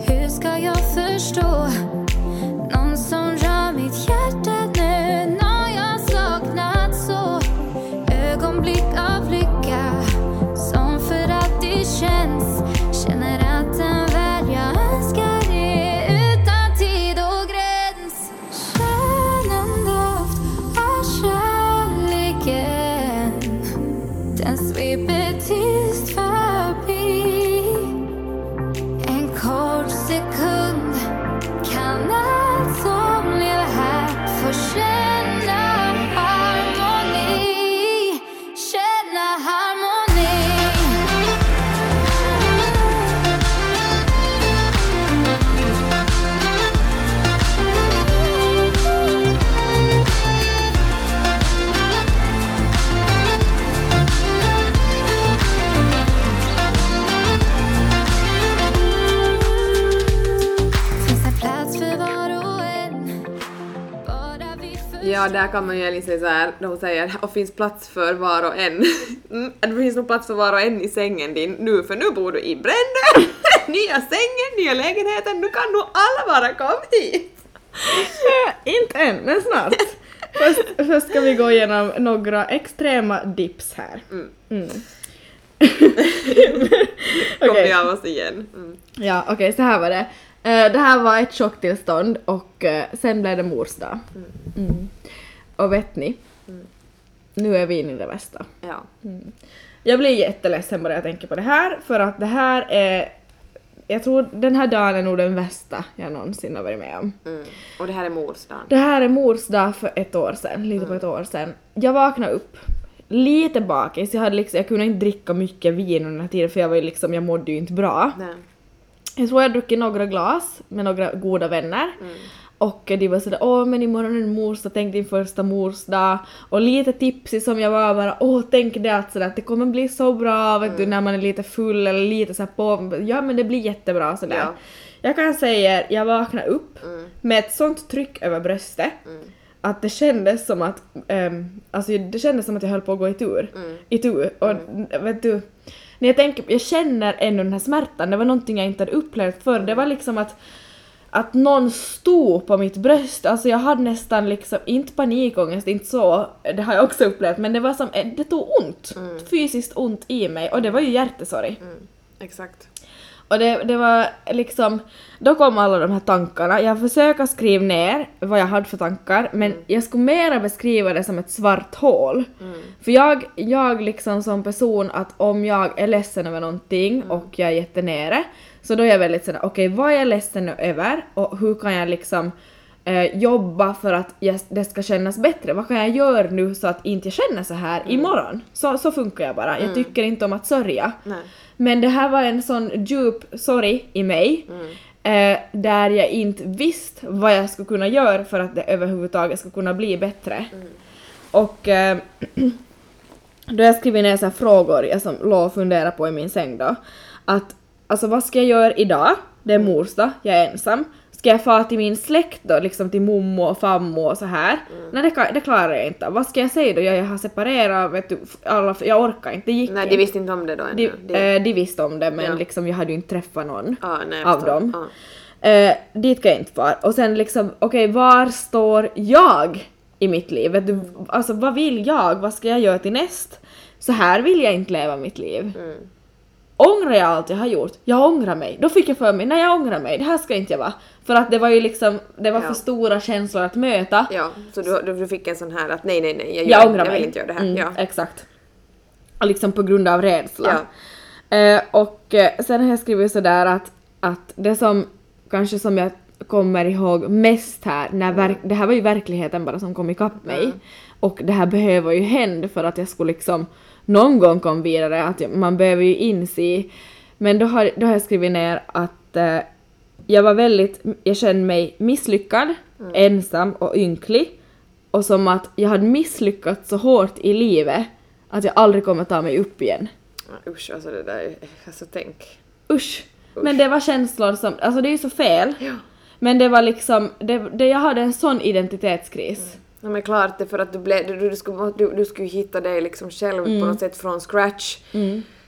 Speaker 3: förstå. Någon som rör mitt hjärta nu. Någon jag saknat så. Ögonblick av lycka som för alltid känns. Känner att den värld jag önskar är utan tid och gräns. Känn en doft av kärleken. Den sveper tyst förbi. En kort sekund kan allt som lever här få känna harmoni. Känna harmoni. Finns en plats för var och en. Bara vi förstår.
Speaker 1: Ja, där kan man ju Elin säga så här, när hon säger och finns plats för var och en. Mm, det finns nog plats för var och en i sängen din nu, för nu bor du i Brännö. Nya sängen, nya lägenheten, nu kan nog alla bara komma hit.
Speaker 5: Inte än, men snart. Först, först ska vi gå igenom några extrema dips här.
Speaker 1: Mm.
Speaker 5: Mm.
Speaker 1: Kommer
Speaker 5: Okej.
Speaker 1: vi av oss igen. Mm.
Speaker 5: Ja, okej, så här var det. Eh, det här var ett chocktillstånd och eh, sen blev det mors dag. Mm. Och vet ni, nu är vi inne i det värsta.
Speaker 1: Ja.
Speaker 5: Jag blir jätteledsen bara jag tänker på det här, för att det här är, jag tror den här dagen är nog den värsta jag någonsin har varit med om.
Speaker 1: Mm. Och det här är mors dag.
Speaker 5: Det här är mors dag för ett år sedan, lite på ett år sedan. Jag vaknade upp lite bakis, jag, hade liksom, jag kunde inte dricka mycket vin under den här tiden för jag var ju liksom, jag mådde ju inte bra.
Speaker 1: Nej.
Speaker 5: Jag tror jag druckit några glas med några goda vänner.
Speaker 1: Mm.
Speaker 5: Och de var sådär, åh men imorgon är det mors dag, tänk din första mors dag. Och lite tipsig som jag var bara, åh tänk det att, sådär, att det kommer bli så bra, vet du, när man är lite full eller lite såhär på, ja men det blir jättebra sådär.
Speaker 1: Ja.
Speaker 5: Jag kan säga, jag vaknade upp
Speaker 1: Mm.
Speaker 5: med ett sånt tryck över bröstet.
Speaker 1: Mm.
Speaker 5: Att det kändes som att, um, alltså det kändes som att jag höll på att gå i tur.
Speaker 1: Mm.
Speaker 5: I tur. Och vet du, när jag tänker, jag känner ändå den här smärtan, det var någonting jag inte hade upplevt förr. Det var liksom att, att någon stod på mitt bröst, alltså jag hade nästan liksom, inte panikångest, inte så, det har jag också upplevt, men det var som, det tog ont,
Speaker 1: Mm.
Speaker 5: fysiskt ont i mig, och det var ju hjärtesorg.
Speaker 1: Mm. Exakt.
Speaker 5: Och det, det var liksom, då kom alla de här tankarna. Jag försöker skriva ner vad jag hade för tankar, men jag skulle mera beskriva det som ett svart hål.
Speaker 1: Mm.
Speaker 5: För jag, jag liksom som person, att om jag är ledsen över någonting och jag är jättenere, så då är jag väldigt sådär, okej, vad är jag ledsen över och hur kan jag liksom eh, jobba för att jag, det ska kännas bättre? Vad kan jag göra nu så att inte jag känner så här imorgon? Så, så funkar jag bara. Jag tycker inte om att sörja.
Speaker 1: Nej.
Speaker 5: Men det här var en sån djup sorg i mig, eh, där jag inte visste vad jag skulle kunna göra för att det överhuvudtaget skulle kunna bli bättre. Och eh, då jag skrev ner så här frågor jag som låg och funderade på i min säng då. Att, alltså vad ska jag göra idag? Det är mors dag, jag är ensam. Ska jag få till min släkt då, liksom till mommo och fammo och så här? Mm. Nej, det, kan, det klarar jag inte. Vad ska jag säga då? Jag, jag har separerat, vet du, alla, jag orkar inte, det gick
Speaker 1: Nej,
Speaker 5: inte.
Speaker 1: de visste inte om det då ännu.
Speaker 5: De,
Speaker 1: Det-
Speaker 5: eh, de visste om det, men
Speaker 1: Ja.
Speaker 5: liksom jag hade ju inte träffat någon
Speaker 1: Ja, nej, jag
Speaker 5: av
Speaker 1: förstår.
Speaker 5: dem.
Speaker 1: Ja.
Speaker 5: Eh, dit kan jag inte vara. Och sen liksom, okej, var står jag i mitt liv? Vet du, alltså vad vill jag? Vad ska jag göra till näst? Så här vill jag inte leva mitt liv.
Speaker 1: Mm.
Speaker 5: Ångrar jag allt jag har gjort? Jag ångrar mig. Då fick jag för mig, nej jag ångrar mig, det här ska inte jag vara. För att det var ju liksom, det var
Speaker 1: Ja.
Speaker 5: för stora känslor att möta.
Speaker 1: Ja, så du, du, du fick en sån här att nej, nej, nej, jag,
Speaker 5: Jag
Speaker 1: gör,
Speaker 5: ångrar
Speaker 1: jag
Speaker 5: mig.
Speaker 1: vill inte göra det här.
Speaker 5: Mm,
Speaker 1: Ja.
Speaker 5: exakt. Och liksom på grund av rädsla.
Speaker 1: Ja.
Speaker 5: Eh, och eh, sen har jag skrivit sådär att, att det som kanske som jag kommer ihåg mest här, när verk, det här var ju verkligheten bara som kom ikapp mig.
Speaker 1: Mm.
Speaker 5: Och det här behöver ju hända för att jag skulle liksom någon gång komma vidare, att jag- man behöver ju inse. Men då har, då har jag skrivit ner att eh, jag var väldigt, jag kände mig misslyckad, ensam och ynklig. Och som att jag hade misslyckats så hårt i livet att jag aldrig kommer ta mig upp igen.
Speaker 1: Ja, usch, alltså det där, är- alltså tänk.
Speaker 5: Usch. Men det var känslor som, alltså det är ju så fel.
Speaker 1: Ja.
Speaker 5: Men det var liksom, det, det, jag hade en sån identitetskris.
Speaker 1: Ja, men klart det, för att du, blev, du, du, skulle, du, du skulle hitta dig liksom själv
Speaker 5: Mm.
Speaker 1: på något sätt från scratch.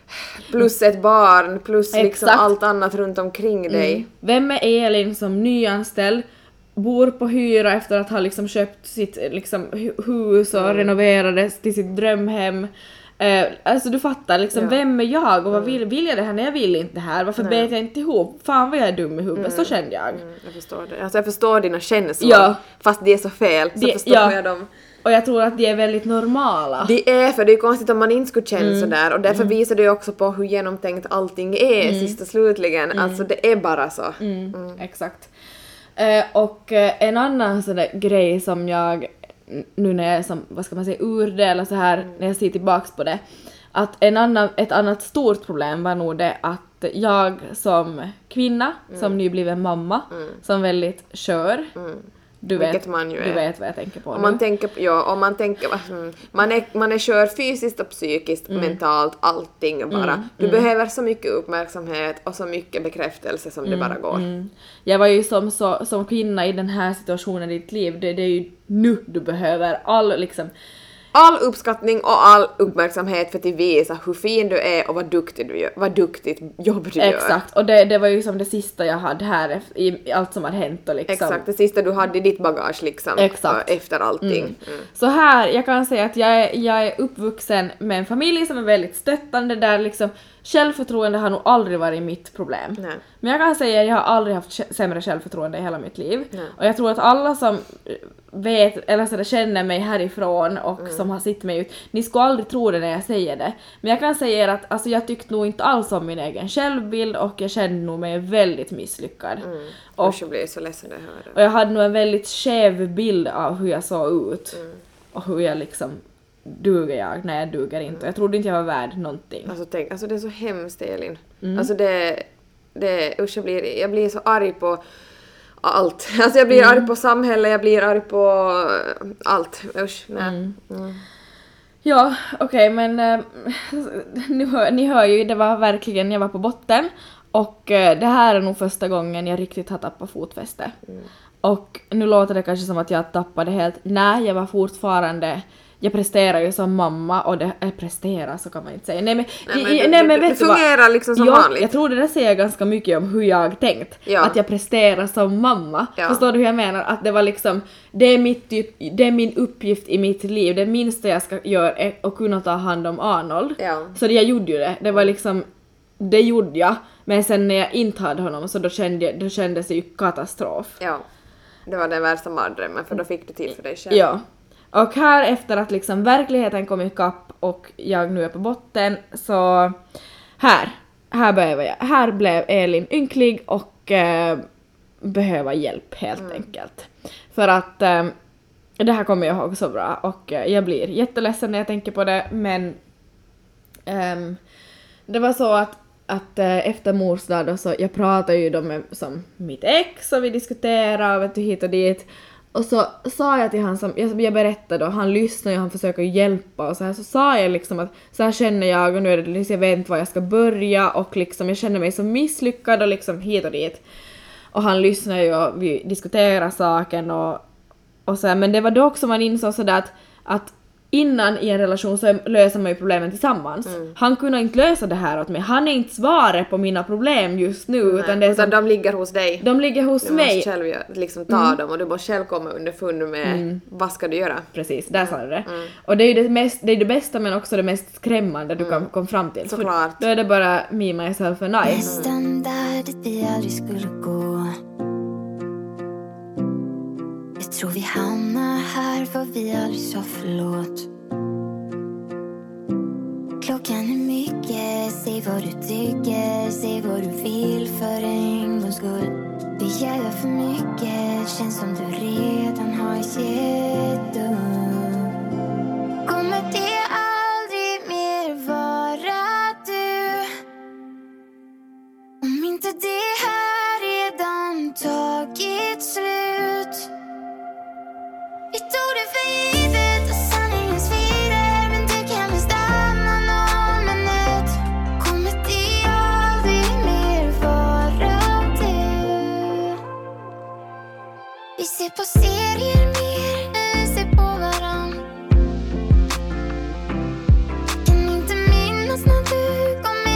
Speaker 1: Plus ett barn, plus liksom
Speaker 5: Exakt.
Speaker 1: allt annat runt omkring dig.
Speaker 5: Mm. Vem är Elin som nyanställd? Bor på hyra efter att ha liksom köpt sitt liksom, hu- hus och
Speaker 1: Mm.
Speaker 5: renoverades till sitt drömhem. Eh, alltså du fattar liksom,
Speaker 1: Ja.
Speaker 5: vem är jag och vad vill, vill jag det här? Nej, jag vill inte det här. Varför
Speaker 1: Nej.
Speaker 5: bet jag inte ihop? Fan vad jag är dum i huvudet, så kände jag.
Speaker 1: Mm, jag förstår det. Alltså jag förstår dina känslor.
Speaker 5: Ja.
Speaker 1: Fast det är så fel, så
Speaker 5: Det-
Speaker 1: förstår
Speaker 5: ja.
Speaker 1: jag dem.
Speaker 5: Och jag tror att de är väldigt normala.
Speaker 1: Det är för det är konstigt om man inte skulle känna
Speaker 5: Mm.
Speaker 1: sådär och därför visar det ju också på hur genomtänkt allting är
Speaker 5: Mm.
Speaker 1: sist och slutligen. Alltså det är bara så.
Speaker 5: Mm. Exakt. Eh, och eh, en annan sån där grej som jag n- nu när jag är som, vad ska man säga, ur det eller så här
Speaker 1: Mm.
Speaker 5: när jag ser tillbaks på det, att en annan, ett annat stort problem var nog det att jag som kvinna,
Speaker 1: Mm.
Speaker 5: som nybliven mamma, som väldigt skör, du,
Speaker 1: Vilket
Speaker 5: vet,
Speaker 1: man ju
Speaker 5: du
Speaker 1: är.
Speaker 5: vet vad jag tänker på
Speaker 1: Om
Speaker 5: nu.
Speaker 1: man tänker, ja, om man tänker, mm, man är, man är skör fysiskt och psykiskt,
Speaker 5: Mm.
Speaker 1: mentalt, allting bara. Du behöver så mycket uppmärksamhet och så mycket bekräftelse som det bara går.
Speaker 5: Mm. Jag var ju som, så, som kvinna i den här situationen i ditt liv, det, det är ju nu du behöver all liksom.
Speaker 1: All uppskattning och all uppmärksamhet för att visa hur fin du är och vad duktig du gör, vad duktigt jobb du gör.
Speaker 5: Exakt, och det, det var ju som det sista jag hade här efter, i allt som har hänt och liksom.
Speaker 1: Exakt, det sista du hade i ditt bagage liksom.
Speaker 5: Exakt.
Speaker 1: äh, Efter allting.
Speaker 5: Mm.
Speaker 1: Mm.
Speaker 5: Så här, jag kan säga att jag är, jag är uppvuxen med en familj som är väldigt stöttande där liksom självförtroende har nog aldrig varit mitt problem.
Speaker 1: Nej.
Speaker 5: Men jag kan säga att jag har aldrig haft kä- sämre självförtroende i hela mitt liv.
Speaker 1: Nej.
Speaker 5: Och jag tror att alla som vet eller så där, känner mig härifrån och
Speaker 1: Mm.
Speaker 5: som har sett mig ut, ni skulle aldrig tro det när jag säger det. Men jag kan säga er att alltså, jag tyckte nog inte alls om min egen självbild och jag kände nog mig väldigt misslyckad. Och,
Speaker 1: Usch, jag blir så ledsen när jag hör det.
Speaker 5: och jag hade nog en väldigt skev bild av hur jag såg ut.
Speaker 1: Mm.
Speaker 5: Och hur jag liksom, duger jag? Nej, jag duger inte. Jag trodde inte jag var värd någonting.
Speaker 1: Alltså, tänk, alltså det är så hemskt Elin.
Speaker 5: Mm.
Speaker 1: Alltså det, det usch, jag blir, jag blir så arg på allt. Alltså jag blir
Speaker 5: Mm.
Speaker 1: arg på samhället, jag blir arg på allt. Usch, nej.
Speaker 5: Mm. Ja, okej, men äh, ni, hör, ni hör ju, det var verkligen, jag var på botten. Och äh, det här är nog första gången jag riktigt har tappat fotfäste.
Speaker 1: Mm.
Speaker 5: Och nu låter det kanske som att jag tappade helt. Nej, jag var fortfarande... Jag presterar ju som mamma och det... Äh, prestera så kan man inte säga. Nej men,
Speaker 1: Nej, men
Speaker 5: i-
Speaker 1: du-
Speaker 5: nej,
Speaker 1: du-
Speaker 5: men
Speaker 1: du
Speaker 5: vet du vad?
Speaker 1: fungerar liksom som
Speaker 5: Ja,
Speaker 1: vanligt.
Speaker 5: jag tror det där säger ganska mycket om hur jag tänkt.
Speaker 1: Ja.
Speaker 5: Att jag presterar som mamma.
Speaker 1: Ja.
Speaker 5: Förstår du hur jag menar? Att det var liksom... Det är, mitt, typ- det är min uppgift i mitt liv. Det minsta jag ska göra är att kunna ta hand om Arnold.
Speaker 1: Ja.
Speaker 5: Så det, jag gjorde ju det. Det var liksom... Det gjorde jag. Men sen när jag inte hade honom så då, kände jag, då kändes det ju katastrof.
Speaker 1: Ja. Det var den värsta mardrömmen för då fick du till för dig själv.
Speaker 5: Ja. Och här efter att liksom verkligheten kom ikapp och jag nu är på botten så här, här behöver jag, här blev Elin ynklig och eh, behöver hjälp helt
Speaker 1: Mm.
Speaker 5: enkelt. För att eh, det här kommer jag ihåg så bra och eh, jag blir jätteledsen när jag tänker på det men ehm, det var så att att eh, efter mors dag då så jag pratade ju då med som mitt ex och vi diskuterade och vet du hit och dit. Och så sa jag till han som, jag, jag berättade och han lyssnar och han försöker hjälpa och så här så sa jag liksom att så här känner jag och nu är det liksom, jag vet inte var jag ska börja och liksom jag känner mig så misslyckad och liksom hit och dit. Och han lyssnar ju och vi diskuterar saken och, och så här, men det var då också man insåg sådär att, att innan i en relation så löser man ju problemen tillsammans.
Speaker 1: Mm.
Speaker 5: Han kunde inte lösa det här åt mig. Han är inte svaret på mina problem just nu
Speaker 1: Nej,
Speaker 5: utan det är
Speaker 1: utan
Speaker 5: som,
Speaker 1: de ligger hos dig.
Speaker 5: de ligger hos
Speaker 1: Du
Speaker 5: mig.
Speaker 1: måste själv gö- liksom ta dem och du måste själv komma underfund med vad ska du göra.
Speaker 5: Precis, där sa du det.
Speaker 1: Mm.
Speaker 5: Och det är ju det, mest, det, är det bästa men också det mest skrämmande du kan komma fram till. För
Speaker 1: Såklart.
Speaker 5: då är det bara me, myself and I.
Speaker 3: Nästan där dit vi aldrig skulle gå. Jag tror vi hamnar här för vi aldrig sa förlåt. Klockan är mycket, säg vad du tycker, säg vad du vill för en gångs skull. Vi gör för mycket, känns som du redan har gett upp. Kommer det aldrig mer vara du? Om inte det här redan tagit slut. Vi tog det för givet och sanningen svider, men du kan väl stanna någon minut. Kommer det aldrig mer vara du? Vi ser på serier mer när vi ser på varann. Kan inte minnas när du kom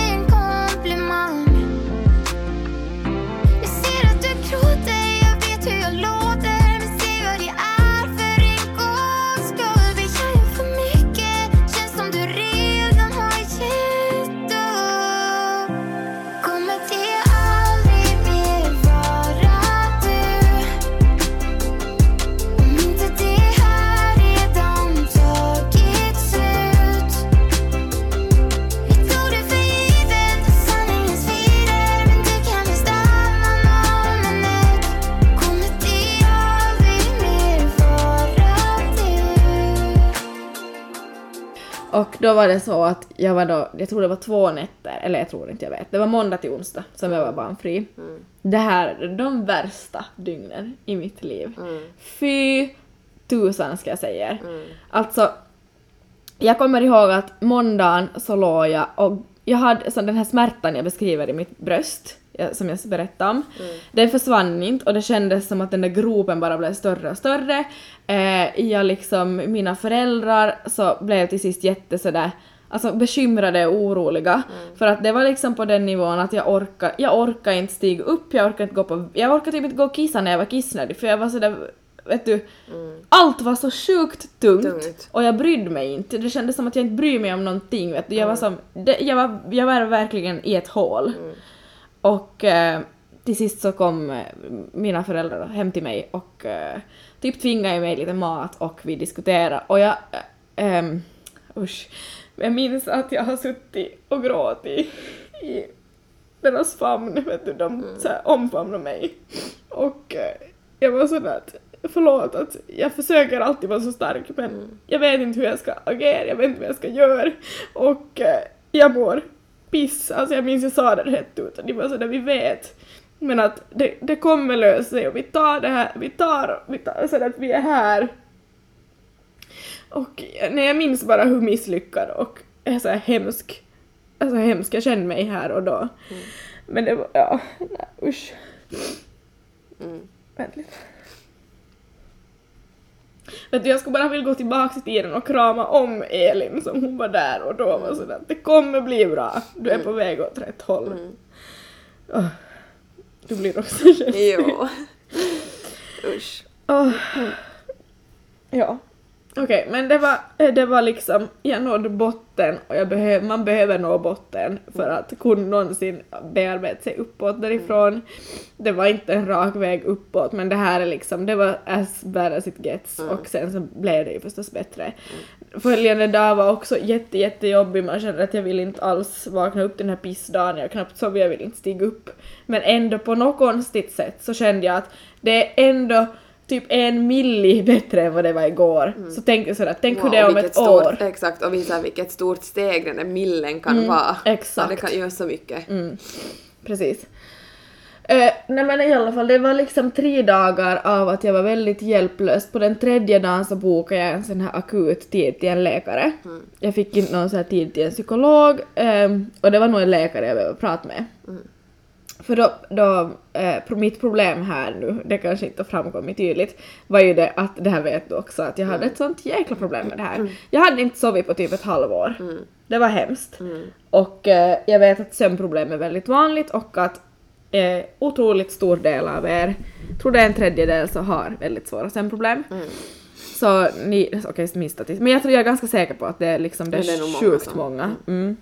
Speaker 5: då var det så att jag var då, jag tror det var två nätter, eller jag tror inte jag vet. Det var måndag till onsdag som jag var barnfri. Mm. Det här, de värsta dygnen i mitt liv. Mm. Fy tusan ska jag säga. Mm. Alltså, jag kommer ihåg att måndagen så låg jag och jag hade så den här smärtan jag beskriver i mitt bröst, som jag berättade om. Mm. Den försvann inte och det kändes som att den där gropen bara blev större och större. Eh, jag liksom, mina föräldrar så blev till sist jätte sådär, alltså bekymrade och oroliga. Mm. För att det var liksom på den nivån att jag orkade, jag orkade inte stiga upp, jag orkade inte gå på, jag orkade typ inte gå och kissa när jag var kissnödig. För jag var sådär, vet du, mm. allt var så sjukt tungt, tungt och jag brydde mig inte. Det kändes som att jag inte brydde mig om någonting, vet du. Jag, mm. var som, det, jag, var, jag var verkligen i ett hål. Mm. Och eh, till sist så kom eh, mina föräldrar hem till mig och eh, typ tvingade mig lite mat och vi diskuterade. Och jag, eh, eh, usch, jag minns att jag har suttit och gråtit i deras famn, vet du, de mm. så här, omfamnade mig. Och eh, jag var sådär att, förlåt att jag försöker alltid vara så stark, men mm. jag vet inte hur jag ska agera, jag vet inte vad jag ska göra. Och eh, jag mår piss, alltså jag minns jag sa det rätt ut och det var sådär, vi vet, men att det, det kommer lösa sig och vi tar det här, vi tar, vi tar så att vi är här. Och när jag minns bara hur misslyckad och är så här hemsk, alltså hemsk jag känner mig här och då. Mm. Men det var, ja, nej, usch. Mm. Vänta lite. Vet du, jag skulle bara vilja gå tillbaka i tiden och krama om Elin som hon var där och då var sådär, det kommer bli bra, du är på väg åt rätt håll. Mm. Oh, du blir också känslig.
Speaker 1: Jo. Usch.
Speaker 5: Oh. Ja. Okej, okay, men det var, det var liksom, jag nådde botten och jag behöv, man behöver nå botten för att kunna någonsin bearbeta sig uppåt därifrån. Mm. Det var inte en rak väg uppåt, men det här är liksom, det var as bad as it gets. Mm. Och sen så blev det ju förstås bättre. Mm. Följande dag var också jätte, jättejobbig, man kände att jag ville inte alls vakna upp den här pissdagen, jag knappt sov, jag ville inte stiga upp. Men ändå på något konstigt sätt så kände jag att det är ändå typ en milli bättre än vad det var igår. Mm. Så tänk sådär, tänk wow, hur det är om ett
Speaker 1: stort,
Speaker 5: år.
Speaker 1: Exakt, och visa vilket stort steg den där millen kan mm, vara.
Speaker 5: Exakt.
Speaker 1: Ja, det kan göra så mycket.
Speaker 5: Mm. Precis. Uh, nej men i alla fall, det var liksom tre dagar av att jag var väldigt hjälplös. På den tredje dagen så bokade jag en sån här akut tid till en läkare. Mm. Jag fick inte någon sån här tid till en psykolog. Um, och det var nog en läkare jag behövde prata med. Mm. För då, då eh, mitt problem här nu, det kanske inte framkommit tydligt, var ju det att, det här vet du också, att jag hade ett sånt jäkla problem med det här. Mm. Jag hade inte sovit på typ ett halvår. Mm. Det var hemskt. Mm. Och eh, jag vet att sömnproblem är väldigt vanligt och att eh, otroligt stor del av er, tror det är en tredjedel, så har väldigt svåra sömnproblem. Mm. Så ni, okej, okay, min statistik, men jag tror jag är ganska säker på att det är liksom, det är, det är sjukt många. många. Mm.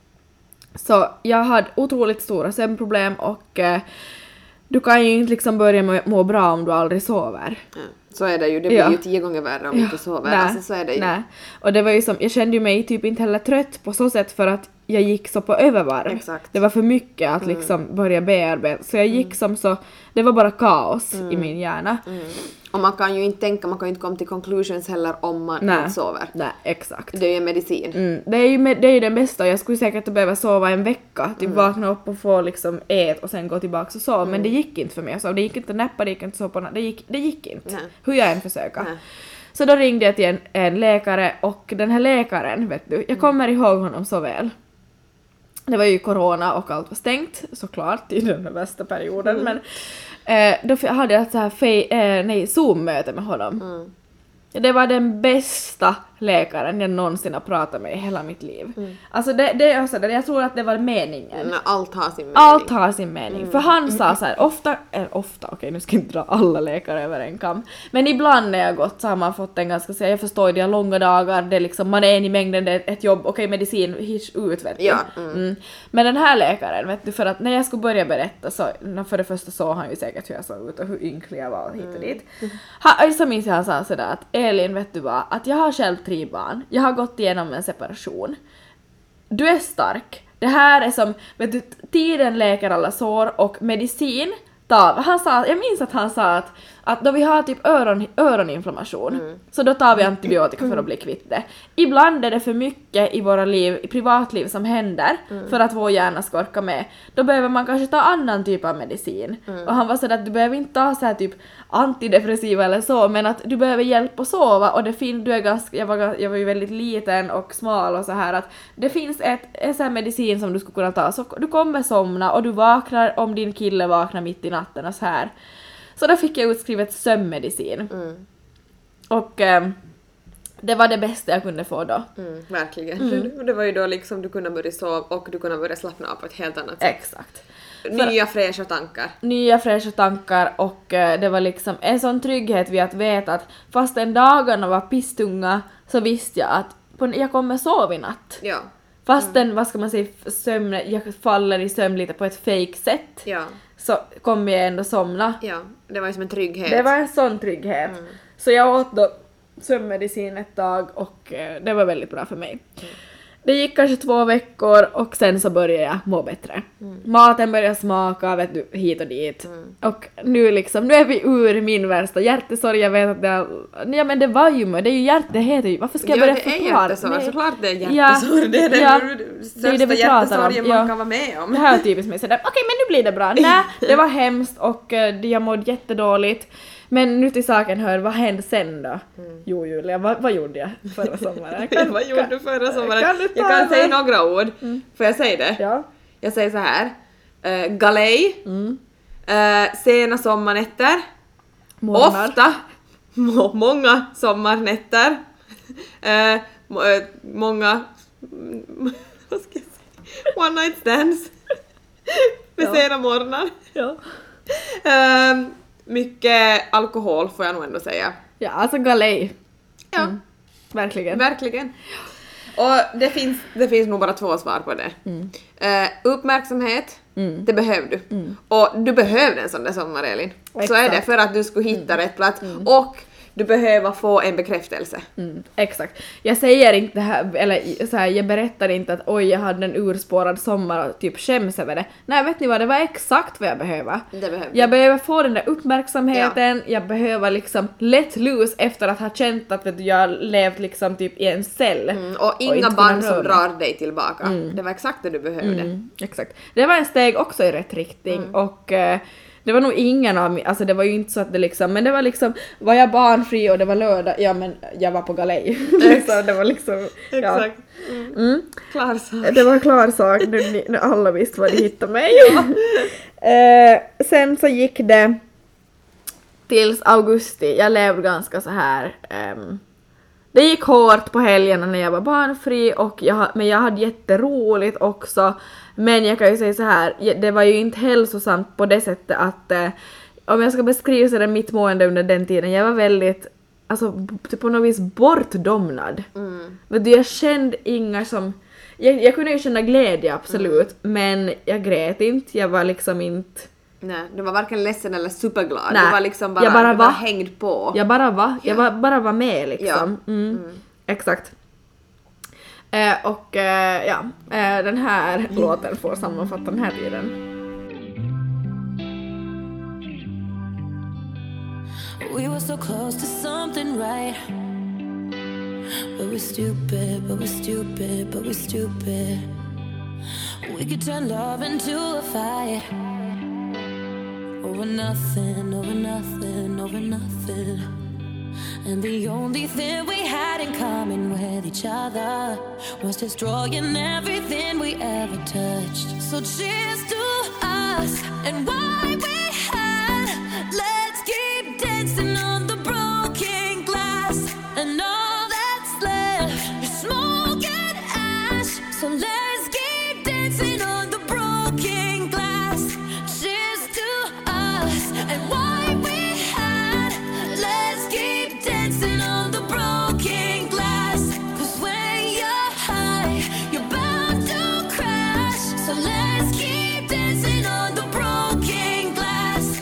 Speaker 5: Så jag hade otroligt stora sömnproblem och eh, du kan ju inte liksom börja må, må bra om du aldrig sover.
Speaker 1: Ja, så är det ju, det blir ja. ju tio gånger värre om du ja. inte sover.
Speaker 5: Nej,
Speaker 1: alltså, så är det ju.
Speaker 5: Nej. Och det var ju som, jag kände ju mig typ inte heller trött på så sätt för att jag gick så på övervarv.
Speaker 1: Exakt.
Speaker 5: Det var för mycket att mm. liksom börja bearbeta. Så jag gick mm. som så, det var bara kaos mm. i min hjärna. Mm.
Speaker 1: Och man kan ju inte tänka, man kan ju inte komma till conclusions heller om man
Speaker 5: nej.
Speaker 1: inte sover.
Speaker 5: Nej, exakt.
Speaker 1: Det är ju en medicin.
Speaker 5: Mm. Det är ju med, det är ju den bästa. Jag skulle säkert behöva sova en vecka. Typ mm. vakna upp och få liksom ät och sen gå tillbaka och sova. Mm. Men det gick inte för mig. Så det gick inte att näppa, det gick inte så på det gick, det gick inte. Nej. Hur jag än försöker. Nej. Så då ringde jag till en, en läkare och den här läkaren, vet du, jag kommer mm. ihåg honom så väl. Det var ju corona och allt var stängt, såklart, i den värsta perioden. Mm. Men eh, då hade jag ett så här fej, eh, nej, Zoom-möte med honom. Mm. Det var den bästa läkaren jag någonsin har pratat med i hela mitt liv. Mm. Alltså det, det är så där, jag tror att det var meningen.
Speaker 1: Mm, allt har sin mening.
Speaker 5: Allt har sin mening. Mm. För han sa så här, ofta, eller ofta, okej okay, nu ska jag inte dra alla läkare över en kam. Men ibland när jag gått så har man fått en ganska, så jag förstår, det är långa dagar, det är liksom, man är en i mängden, det är ett jobb, okej okay, medicin, hirs ut, vet du.
Speaker 1: Ja. Mm.
Speaker 5: Mm. Men den här läkaren, vet du, för att när jag skulle börja berätta så, för det första såg han ju säkert hur jag såg ut och hur ynklig jag var hit och dit. Mm. Han, så minns jag han sa sådär att Elin, vet du vad, att jag har själv tre barn. Jag har gått igenom en separation. Du är stark. Det här är som, vet du, tiden läker alla sår och medicin ta, han sa, jag minns att han sa att, att då vi har typ öron, öroninflammation mm. så då tar vi antibiotika för att bli kvitt det. Ibland är det för mycket i våra liv, i privatliv som händer mm. för att vår hjärna ska orka med. Då behöver man kanske ta annan typ av medicin. Mm. Och han var så att du behöver inte ta så här typ antidepressiva eller så, men att du behöver hjälp att sova och det finns, du är ganska, jag var, jag var ju väldigt liten och smal och så här att det finns ett, en sån här medicin som du skulle kunna ta så du kommer somna och du vaknar om din kille vaknar mitt i natten och så här. Så då fick jag utskrivet sömnmedicin. Mm. Och eh, det var det bästa jag kunde få då.
Speaker 1: Mm, verkligen. Mm. Det var ju då liksom du kunde börja sova och du kunde börja slappna av på ett helt annat sätt.
Speaker 5: Exakt.
Speaker 1: Nya fräscha tankar.
Speaker 5: Nya fräscha tankar och eh, det var liksom en sån trygghet vid att veta att fast en dagarna var pisstunga så visste jag att på, jag kommer sova i natt.
Speaker 1: Ja.
Speaker 5: Fast den, vad ska man säga, sömn, jag faller i sömn lite på ett fake sätt.
Speaker 1: Ja.
Speaker 5: Så kommer jag ändå somna.
Speaker 1: Ja, det var ju som en trygghet.
Speaker 5: Det var en sån trygghet. Mm. Så jag åt då sömnmedicin ett tag och eh, det var väldigt bra för mig. Mm. Det gick kanske två veckor och sen så började jag må bättre. Mm. Maten började smaka, vet du, hit och dit. Mm. Och nu liksom, nu är vi ur min värsta hjärtesorg. Jag vet att det är, ja men det var ju det är ju hjärt, det heter ju, varför ska jag börja förklara?
Speaker 1: Ja, det är hjärtesorg, såklart det är hjärtesorg. Ja, det är den
Speaker 5: ja,
Speaker 1: största det det hjärtesorgen man
Speaker 5: ja.
Speaker 1: kan vara med om.
Speaker 5: Det här är typiskt mig sådär, okej okay, men nu blir det bra. Nej, det var hemskt och uh, jag mådde jättedåligt. Men nu till saken hör, vad hände sen då? Mm. Jo Julia, vad, vad gjorde jag förra sommaren?
Speaker 1: Kan, vad gjorde du förra sommaren? Kan du jag kan säga några ord. Mm. Får jag säga det?
Speaker 5: Ja.
Speaker 1: Jag säger så här. Uh, galej. Mm. Uh, sena sommarnätter.
Speaker 5: Månar.
Speaker 1: Ofta. Må, många sommarnätter. Uh, må, uh, många... vad ska jag säga? One night stands. Med ja. Sena morgnar.
Speaker 5: Ja.
Speaker 1: Uh, mycket alkohol får jag nog ändå säga.
Speaker 5: Ja, alltså galej.
Speaker 1: Ja.
Speaker 5: Mm. Verkligen.
Speaker 1: Verkligen. Och det finns, det finns nog bara två svar på det. Mm. Uh, uppmärksamhet, mm. det behöver du. Mm. Och du behöver en sån där sommar, Elin. Exakt. Så är det för att du skulle hitta mm. rätt plats. Mm. Och du behöver få en bekräftelse.
Speaker 5: Mm, exakt. Jag säger inte det här, eller så här, jag berättar inte att oj, jag hade en urspårad sommar och typ skäms över det. Nej, vet ni vad, det var exakt vad jag behöver.
Speaker 1: Det behöver.
Speaker 5: Jag behöver få den där uppmärksamheten, ja. Jag behöver liksom let loose efter att ha känt att vet du, jag levt liksom typ i en cell.
Speaker 1: Mm, och inga och band som drar dig tillbaka. Mm. Det var exakt det du behövde.
Speaker 5: Mm, exakt. Det var en steg också i rätt riktning mm. och... Uh, det var nog ingen av mig, alltså det var ju inte så att det liksom, men det var liksom, var jag barnfri och det var lördag, ja men jag var på galej. Så det var liksom, ja.
Speaker 1: Exakt. Mm. Mm. Klar sak.
Speaker 5: Det var klar sak, nu, nu alla visste vad de hittade mig. Ja. eh, sen så gick det tills augusti, jag levde ganska så här. Um, det gick hårt på helgerna när jag var barnfri, och jag, men jag hade jätteroligt också. Men jag kan ju säga så här, det var ju inte hälsosamt på det sättet att eh, om jag ska beskriva så där mitt mående under den tiden, jag var väldigt, alltså typ på något vis bortdomnad. Mm. Men jag kände inga som, jag, jag kunde ju känna glädje absolut, mm. men jag grät inte, jag var liksom inte.
Speaker 1: Nej, du var varken ledsen eller superglad.
Speaker 5: Nej,
Speaker 1: du var liksom bara,
Speaker 5: jag bara
Speaker 1: du
Speaker 5: var,
Speaker 1: var hängd på.
Speaker 5: Jag bara var, jag var, bara var med liksom.
Speaker 1: Ja.
Speaker 5: Mm. Mm. Exakt. Eh, och eh, ja, eh, den här låten får sammanfatta den här tiden.
Speaker 6: We were so close to something right, but we're stupid, but we're stupid, but we're stupid. We could turn love into a fight, over nothing, over nothing, over nothing. And the only thing we had in common with each other was destroying everything we ever touched. So cheers to us and why we had. Let's keep dancing on the broken glass, and all that's left is smoke and ash. So let's keep dancing on the broken glass. Cheers to us and why we had. Let's keep dancing on the broken glass. Cause when you're high, you're bound to crash. So let's keep dancing on the broken glass.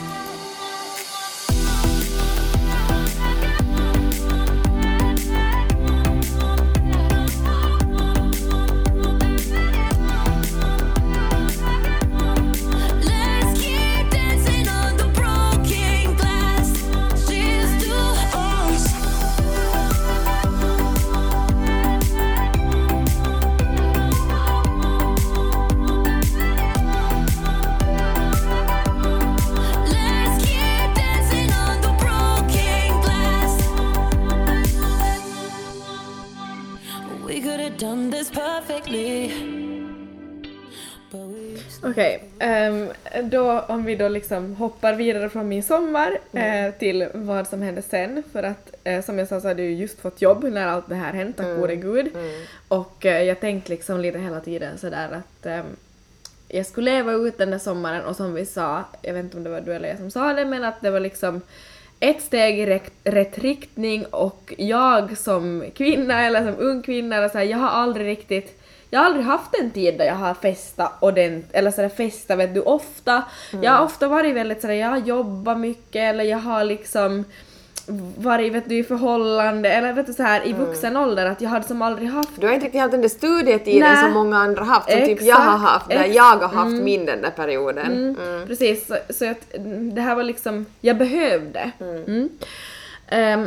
Speaker 5: Okej, ehm, då om vi då liksom hoppar vidare från min sommar eh, till vad som hände sen. För att eh, som jag sa så hade jag just fått jobb när allt det här hänt, tack
Speaker 1: Mm.
Speaker 5: gode gud.
Speaker 1: Mm.
Speaker 5: Och eh, jag tänkte liksom lite hela tiden sådär att ehm, jag skulle leva ut den där sommaren och som vi sa, jag vet inte om det var du eller jag som sa det, men att det var liksom ett steg i rätt, rätt riktning och jag som kvinna eller som ung kvinna, eller så här, jag har aldrig riktigt Jag har aldrig haft en tid där jag har festat ordent, eller sådär festa vet du ofta. Mm. Jag har ofta varit väldigt sådär, jag har jobbat mycket eller jag har liksom varit vet du i förhållande eller vet du så här i vuxen mm. ålder att jag hade som aldrig haft.
Speaker 1: Du har inte riktigt haft den där studietiden Nä. som många andra haft, som
Speaker 5: Exakt.
Speaker 1: typ jag har haft, där
Speaker 5: Exakt.
Speaker 1: jag har haft
Speaker 5: mm.
Speaker 1: min den där perioden.
Speaker 5: Mm.
Speaker 1: Mm.
Speaker 5: Precis, så, så att det här var liksom, jag behövde.
Speaker 1: Mm.
Speaker 5: Mm. Um,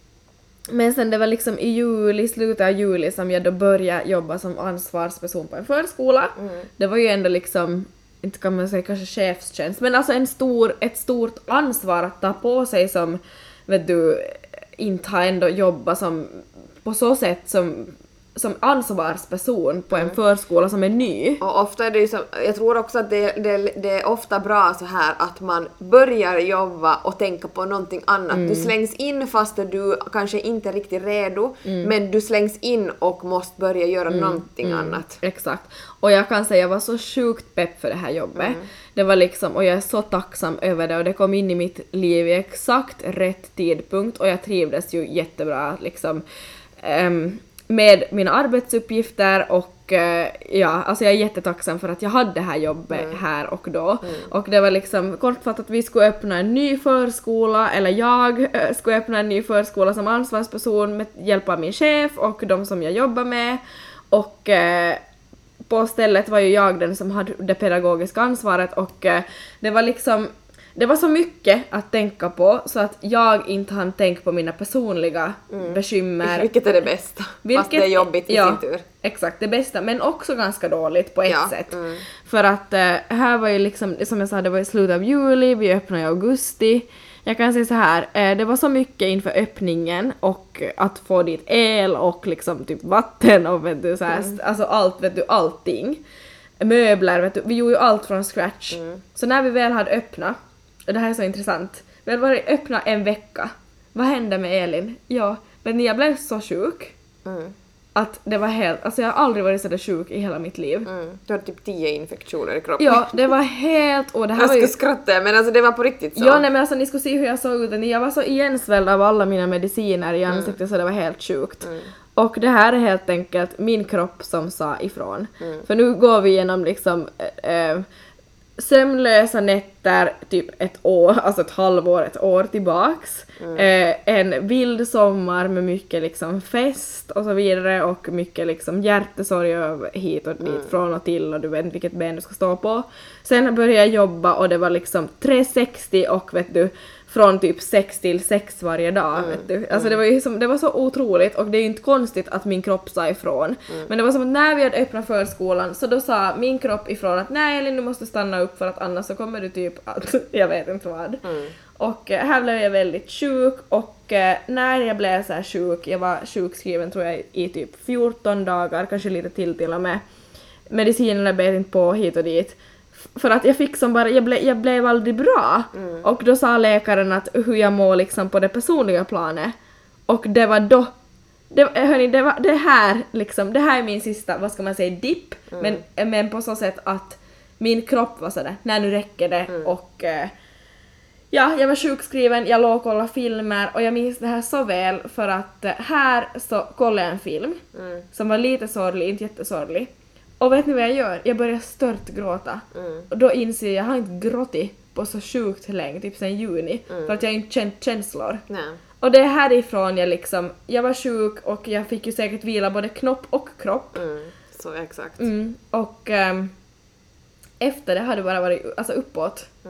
Speaker 5: Men sen det var liksom i juli, slutet av juli som jag då började jobba som ansvarsperson på en förskola. Mm. Det var ju ändå liksom, inte kan man säga kanske chefstjänst, men alltså en stor, ett stort ansvar att ta på sig som, vet du, inte har ändå jobbat som, på så sätt som, som ansvarsperson på en mm. förskola som är ny.
Speaker 1: Och ofta är det ju som, jag tror också att det, det, det är ofta bra så här att man börjar jobba och tänka på någonting annat. Mm. Du slängs in fast du kanske inte är riktigt redo, mm. men du slängs in och måste börja göra mm. någonting mm. annat.
Speaker 5: Exakt. Och jag kan säga jag var så sjukt pepp för det här jobbet. Mm. Det var liksom, och jag är så tacksam över det och det kom in i mitt liv i exakt rätt tidpunkt och jag trivdes ju jättebra liksom um, med mina arbetsuppgifter och uh, ja, alltså jag är jättetacksam för att jag hade det här jobbet mm. här och då. Mm. Och det var liksom kortfattat att vi skulle öppna en ny förskola, eller jag uh, skulle öppna en ny förskola som ansvarsperson med hjälp av min chef och de som jag jobbar med. Och uh, på stället var ju jag den som hade det pedagogiska ansvaret och uh, det var liksom det var så mycket att tänka på så att jag inte hann tänka på mina personliga mm. bekymmer.
Speaker 1: Vilket är det bästa? Vilket, fast det är jobbigt i
Speaker 5: ja,
Speaker 1: sin tur.
Speaker 5: Exakt, det bästa. Men också ganska dåligt på ett
Speaker 1: ja,
Speaker 5: sätt.
Speaker 1: Mm.
Speaker 5: För att äh, här var ju liksom, som jag sa, det var i slutet av juli, vi öppnade i augusti. Jag kan säga så här, äh, det var så mycket inför öppningen och att få dit el och liksom typ vatten och vet du, så här, mm. alltså allt, vet du, allting. Möbler, vet du, vi gjorde ju allt från scratch. Mm. Så när vi väl hade öppnat, och det här är så intressant. Vi hade varit öppna en vecka. Vad hände med Elin? Ja, men jag blev så sjuk. Mm. Att det var helt... Alltså jag har aldrig varit så där sjuk i hela mitt liv.
Speaker 1: Mm. Du hade typ tio infektioner i kroppen.
Speaker 5: Ja, det var helt... Och det här
Speaker 1: jag
Speaker 5: var
Speaker 1: skulle
Speaker 5: ju...
Speaker 1: skratta, men alltså det var på riktigt så.
Speaker 5: Ja, nej men alltså ni skulle se hur jag såg ut. Jag var så igensvälld av alla mina mediciner i ansiktet mm. så det var helt sjukt. Mm. Och det här är helt enkelt min kropp som sa ifrån. Mm. För nu går vi igenom liksom... Äh, sömnlösa nätter typ ett år, alltså ett halvår, ett år tillbaks. Mm. Eh, en vild sommar med mycket liksom fest och så vidare och mycket liksom hjärtesorg hit och dit, mm. från och till och du vet vilket ben du ska stå på. Sen började jag jobba och det var liksom tre sextio och vet du, från typ sex till sex varje dag, mm. vet du. Alltså det var ju som, det var så otroligt och det är ju inte konstigt att min kropp sa ifrån. Mm. Men det var som att när vi hade öppnat förskolan så då sa min kropp ifrån att nej Elin, du måste stanna upp för att annars så kommer du typ att, jag vet inte vad. Mm. Och eh, här blev jag väldigt sjuk och eh, när jag blev så här sjuk, jag var sjukskriven tror jag i typ fjorton dagar, kanske lite till till och med. Medicinerna bet inte på hit och dit. För att jag fick som bara, jag, ble, jag blev aldrig bra. Mm. Och då sa läkaren att hur jag mår liksom på det personliga planet. Och det var då, det, hörni, det var det här liksom, det här är min sista, vad ska man säga, dipp. Mm. Men, men på så sätt att min kropp var sådär, nej nu räcker det. Mm. Och eh, ja, jag var sjukskriven, jag låg och kollade filmer och jag minns det här så väl för att eh, här så kollade jag en film mm. som var lite sorglig, inte jättesorglig. Och vet ni vad jag gör? Jag börjar stört gråta. Mm. Och då inser jag, jag har inte gråtit på så sjukt länge, typ sen juni. Mm. För att jag har inte känt känslor. Nej. Och det är härifrån jag liksom, jag var sjuk och jag fick ju säkert vila både knopp och kropp.
Speaker 1: Mm. Så exakt.
Speaker 5: Mm. Och um, efter det hade det bara varit alltså uppåt. Mm.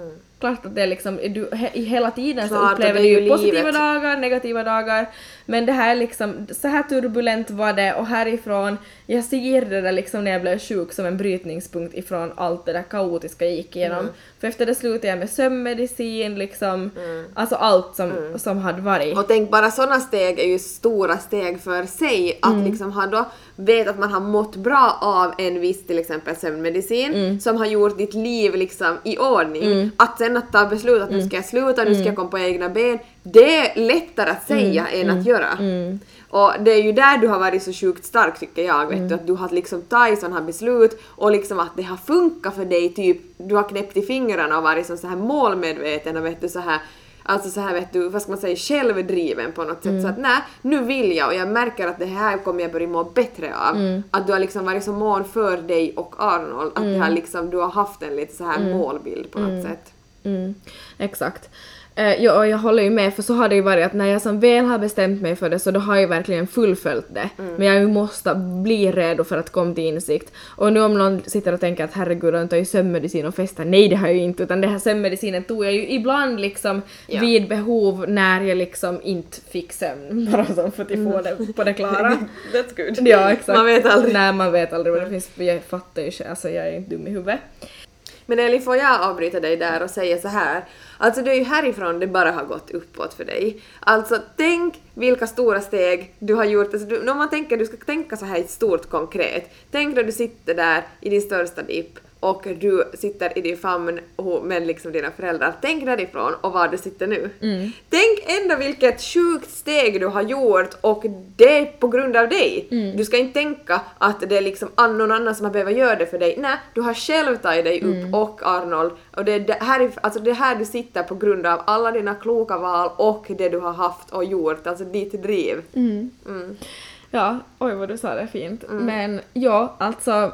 Speaker 5: klart att det är liksom, du, he, hela tiden så
Speaker 1: Klart,
Speaker 5: upplever
Speaker 1: det är
Speaker 5: du
Speaker 1: ju
Speaker 5: positiva
Speaker 1: livet.
Speaker 5: dagar, negativa dagar, men det här är liksom, så här turbulent var det, och härifrån, jag ser det där liksom när jag blev sjuk som en brytningspunkt ifrån allt det där kaotiska jag gick igenom. Mm. För efter det slutade jag med sömnmedicin, liksom, mm. alltså allt som, mm. som hade varit.
Speaker 1: Och tänk, bara sådana steg är ju stora steg för sig, att mm. liksom ha då vet att man har mått bra av en viss till exempel sömnmedicin mm. som har gjort ditt liv liksom i ordning. Mm. Att sen att ta beslut att mm. nu ska jag sluta, nu ska jag komma på egna ben, det är lättare att säga mm. än mm. att göra. Mm. Och det är ju där du har varit så sjukt stark tycker jag, vet mm. du, att du har liksom tagit sådana här beslut och liksom att det har funkat för dig, typ du har knäppt i fingrarna och varit så här målmedveten och vet du så här, alltså så här vet du, vad ska man säga, självdriven på något sätt. Mm. Så att nej, nu vill jag och jag märker att det här kommer jag börja må bättre av. Mm. Att du har liksom varit så mån för dig och Arnold, att mm. det har liksom, du har haft en lite så här mm. målbild på något mm. sätt.
Speaker 5: Mm. Exakt. Uh, ja, och jag håller ju med, för så har det ju varit att när jag som väl har bestämt mig för det så då har jag verkligen fullföljt det. Mm. Men jag måste bli redo för att komma till insikt. Och nu om någon sitter och tänker att herregud, han tar ju sömnmedicin och festar. Nej, det har jag ju inte, utan det här sömnmedicinen tog jag ju ibland liksom ja. vid behov när jag liksom inte fick sömn. Bara så för att få det på det klara.
Speaker 1: That's good.
Speaker 5: Ja, exakt.
Speaker 1: Man vet aldrig.
Speaker 5: Nej, man vet aldrig vad det finns. Jag fattar ju, alltså jag är inte dum i huvudet.
Speaker 1: Men Eli, får jag avbryta dig där och säga så här. Alltså det är ju härifrån det bara har gått uppåt för dig. Alltså tänk vilka stora steg du har gjort. Alltså, du, när man tänker, du ska tänka så här i stort konkret. Tänk när du sitter där i din största dipp och du sitter i din famn med liksom dina föräldrar. Tänk därifrån och var du sitter nu. Mm. Tänk ändå vilket sjukt steg du har gjort och det är på grund av dig. Mm. Du ska inte tänka att det är liksom någon annan som har behövt göra det för dig. Nej, du har själv tagit dig upp mm. och Arnold. Och det är det här, alltså det här du sitter på grund av alla dina kloka val och det du har haft och gjort. Alltså ditt driv. Mm. Mm.
Speaker 5: Ja, oj vad du sa det fint. Mm. Men ja, alltså...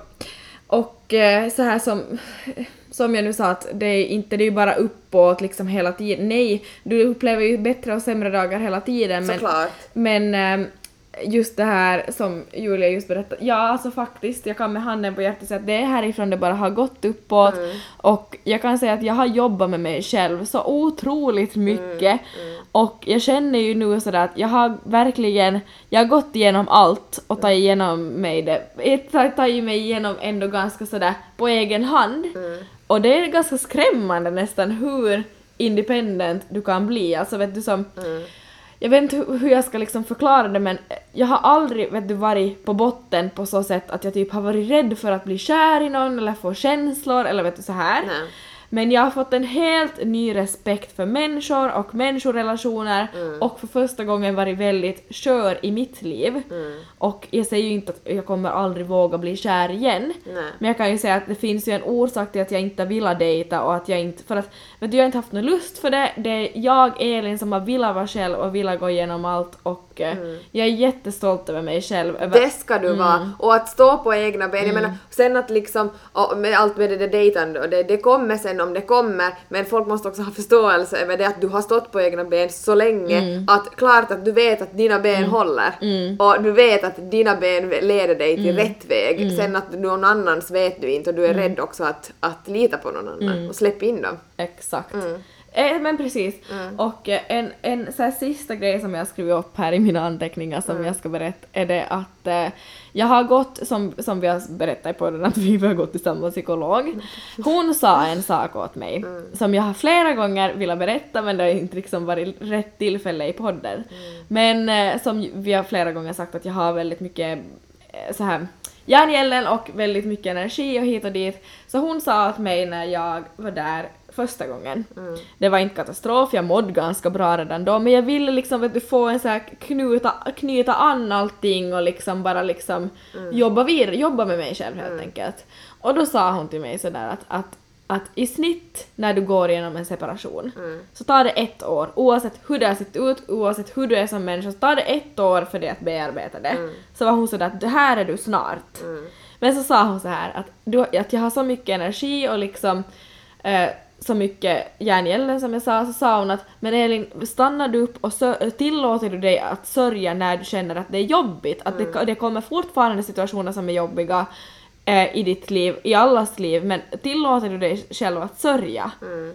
Speaker 5: Och eh, så här som, som jag nu sa, att det är inte det är bara uppåt liksom hela tiden. Nej, du upplever ju bättre och sämre dagar hela tiden. Men,
Speaker 1: Såklart.
Speaker 5: men eh, just det här som Julia just berättade. Ja, alltså faktiskt, jag kan med handen på hjärtat säga att det är härifrån det bara har gått uppåt. Mm. Och jag kan säga att jag har jobbat med mig själv så otroligt mycket. Mm. Mm. Och jag känner ju nu sådär att jag har verkligen, jag har gått igenom allt och tagit igenom mig det. Jag tagit mig igenom ändå ganska sådär på egen hand. Mm. Och det är ganska skrämmande nästan hur independent du kan bli. Alltså vet du som... Mm. Jag vet inte hur jag ska liksom förklara det, men jag har aldrig vet du, varit på botten på så sätt att jag typ har varit rädd för att bli kär i någon eller få känslor eller vet du så här. Nej. Men jag har fått en helt ny respekt för människor och människorelationer mm. och för första gången varit väldigt skör i mitt liv. Mm. Och jag säger ju inte att jag kommer aldrig våga bli kär igen. Nej. Men jag kan ju säga att det finns ju en orsak till att jag inte vill dejta och att jag inte, för att vet du, jag har inte haft någon lust för det. Det är jag, Elin, som har velat vara själv och vill gå igenom allt och mm. jag är jättestolt över mig själv. Över...
Speaker 1: Det ska du mm. vara. Och att stå på egna ben. Mm. Jag menar, sen att liksom, med allt med det där dejtande och det, det kommer sen om det kommer, men folk måste också ha förståelse över det att du har stått på egna ben så länge mm. att klart att du vet att dina ben mm. håller mm. och du vet att dina ben leder dig till mm. rätt väg. Mm. Sen att någon annans vet du inte och du är mm. rädd också att, att lita på någon annan mm. och släpp in dem.
Speaker 5: Exakt. Mm. Eh, men precis. Mm. Och eh, en, en så här sista grej som jag skrivit upp här i mina anteckningar som mm. jag ska berätta är det att eh, jag har gått, som, som vi har berättat på den, att vi har gått till samma psykolog. Hon sa en sak åt mig mm. som jag har flera gånger velat berätta, men det har inte liksom varit rätt tillfälle i podden. Mm. Men eh, som vi har flera gånger sagt att jag har väldigt mycket eh, så här järnhjällen och väldigt mycket energi och hit och dit. Så hon sa åt mig när jag var där första gången. Mm. Det var inte katastrof, jag mådde ganska bra redan då, men jag ville liksom vet du, få en så här knuta, knyta an allting och liksom bara liksom mm. jobba vidare, jobba med mig själv helt mm. enkelt. Och då sa hon till mig sådär att, att, att i snitt när du går igenom en separation mm. så tar det ett år, oavsett hur det har sett ut, oavsett hur du är som människa, så tar det ett år för dig att bearbeta det. Mm. Så var hon sådär att det här är du snart. Mm. Men så sa hon så här att, du, att jag har så mycket energi och liksom eh, så mycket järnhjällen som jag sa, så sa hon att men Elin, stannar du upp och sö- tillåter du dig att sörja när du känner att det är jobbigt, att mm. det, det kommer fortfarande situationer som är jobbiga eh, i ditt liv, i allas liv, men tillåter du dig själv att sörja? Mm.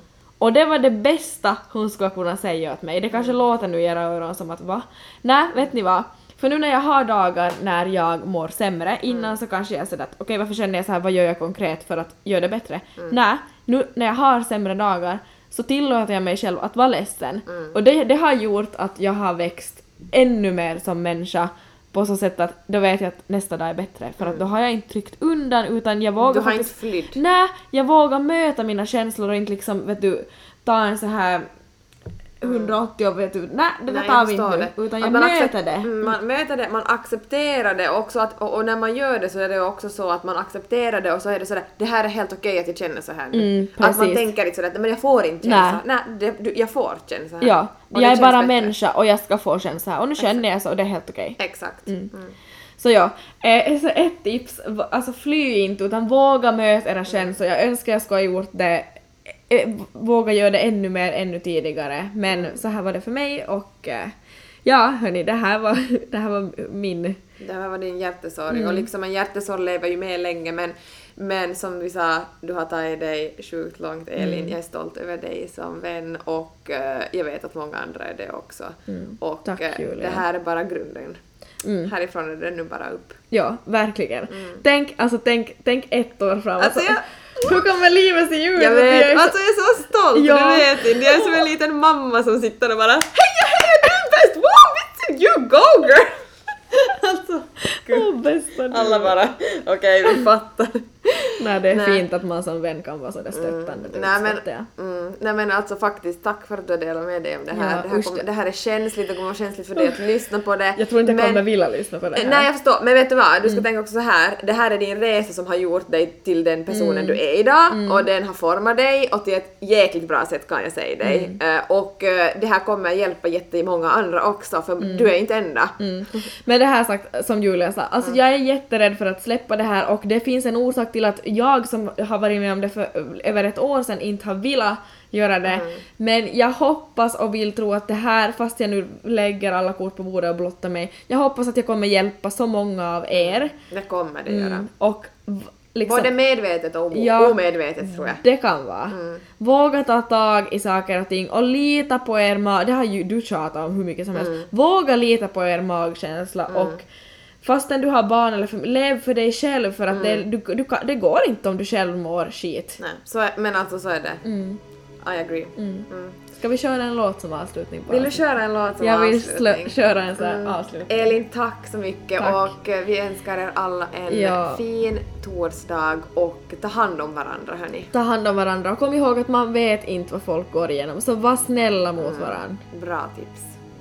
Speaker 5: Och det var det bästa hon skulle kunna säga åt mig. Det kanske låter nu i era öron som att va? Nej, vet ni vad? För nu när jag har dagar när jag mår sämre, innan mm. så kanske jag är sådär att okej, okay, varför känner jag så här, vad gör jag konkret för att göra det bättre? Mm. Nej, nu när jag har sämre dagar så tillåter jag mig själv att vara ledsen. Mm. Och det, det har gjort att jag har växt ännu mer som människa på så sätt att då vet jag att nästa dag är bättre. För att då har jag inte tryckt undan utan jag vågar
Speaker 1: du har
Speaker 5: faktiskt...
Speaker 1: inte flytt.
Speaker 5: Nej, jag vågar möta mina känslor och inte liksom, vet du, ta en så här hundraåttio och vet du, nej, det
Speaker 1: nej,
Speaker 5: tar vi inte
Speaker 1: det.
Speaker 5: nu, utan
Speaker 1: att
Speaker 5: jag
Speaker 1: man
Speaker 5: möter
Speaker 1: accept-
Speaker 5: det.
Speaker 1: Man möter det, man accepterar det också att, och, och när man gör det så är det också så att man accepterar det och så är det sådär, det här är helt okej att jag känner så här nu.
Speaker 5: Mm,
Speaker 1: att man tänker inte sådär, men jag får inte känna så här. Nej, det, du, jag får känna så här.
Speaker 5: Ja,
Speaker 1: och
Speaker 5: jag är bara
Speaker 1: bättre.
Speaker 5: människa och jag ska få känna så här och nu
Speaker 1: Exakt.
Speaker 5: känner jag så och det är helt okej.
Speaker 1: Exakt.
Speaker 5: Mm.
Speaker 1: Mm.
Speaker 5: Så ja, eh, så ett tips, alltså fly inte utan våga möta era känslor. Jag önskar jag skulle ha gjort det, eh, våga göra det ännu mer, ännu tidigare. Men så här var det för mig och eh, ja hörni, det här var, det här var min...
Speaker 1: Det här var din hjärtesorg
Speaker 5: Mm.
Speaker 1: och liksom en hjärtesorg lever ju med länge men, men som vi sa, du har tagit dig sjukt långt Elin,
Speaker 5: Mm.
Speaker 1: jag är stolt över dig som vän och uh, jag vet att många andra är det också.
Speaker 5: Mm.
Speaker 1: Och
Speaker 5: Tack,
Speaker 1: uh,
Speaker 5: Julia.
Speaker 1: det här är bara grunden.
Speaker 5: Mm.
Speaker 1: Härifrån är det nu bara upp.
Speaker 5: Ja, verkligen.
Speaker 1: Mm.
Speaker 5: Tänk, alltså tänk, tänk ett år framåt.
Speaker 1: Alltså, jag-
Speaker 5: Hur kommer livet se ut?
Speaker 1: Jag vet, alltså jag är så stolt,
Speaker 5: Ja.
Speaker 1: du vet inte. Jag är som en liten mamma som sitter och bara heja heja du är bäst, wow bitch, you go girl! Alltså,
Speaker 5: Åh, bästa du.
Speaker 1: alla bara okej okay, vi fattar.
Speaker 5: Nej, det är
Speaker 1: Nej.
Speaker 5: fint att man som vän kan vara så där stöttande. det
Speaker 1: Nej men,
Speaker 5: uppskattar jag.
Speaker 1: mm, nej men alltså faktiskt tack för att du har delat med dig om det här.
Speaker 5: Ja,
Speaker 1: det, här
Speaker 5: usch,
Speaker 1: kom,
Speaker 5: det-
Speaker 1: det här är känsligt, det kommer vara känsligt för dig att lyssna på det.
Speaker 5: Jag tror inte jag
Speaker 1: men,
Speaker 5: kommer vilja lyssna på det här.
Speaker 1: Nej jag förstår, men vet du vad? Du ska tänka också så här. Det här är din resa som har gjort dig till den personen
Speaker 5: Mm.
Speaker 1: du är idag och den har format dig och till ett jäkligt bra sätt kan jag säga dig.
Speaker 5: Mm.
Speaker 1: Eh, och eh, det här kommer hjälpa jättemånga andra också för du är inte enda.
Speaker 5: Mm. Men det här sagt, som Julia sa, alltså jag är jätterädd för att släppa det här och det finns en orsak till att jag som har varit med om det för över ett år sedan inte har velat göra det. Men jag hoppas och vill tro att det här, fast jag nu lägger alla kort på bordet och blottar mig, jag hoppas att jag kommer hjälpa så många av er.
Speaker 1: Det kommer det göra.
Speaker 5: Mm. Och v- liksom,
Speaker 1: Både medvetet och
Speaker 5: Ja.
Speaker 1: omedvetet tror jag.
Speaker 5: det kan vara. Våga ta tag i saker och ting och lita på er mag. Det har ju du tjatat om hur mycket som helst. Våga lita på er magkänsla och fastän du har barn eller familj, lev för dig själv för att det, du, du, kan- det går inte om du själv mår skit.
Speaker 1: Nej, så är, men alltså så är det.
Speaker 5: Mm.
Speaker 1: I agree.
Speaker 5: Mm.
Speaker 1: Mm.
Speaker 5: Ska vi köra en låt som avslutning på
Speaker 1: Vill du
Speaker 5: avsnittet?
Speaker 1: köra en låt som
Speaker 5: Jag vill
Speaker 1: avslutning?
Speaker 5: slö- köra en sån här
Speaker 1: Mm.
Speaker 5: avslutning.
Speaker 1: Elin, tack så mycket
Speaker 5: Tack.
Speaker 1: och eh, vi önskar er alla en
Speaker 5: Ja.
Speaker 1: fin torsdag och ta hand om varandra hörni.
Speaker 5: Ta hand om varandra och kom ihåg att man vet inte vad folk går igenom, så var snälla mot varandra.
Speaker 1: Bra tips.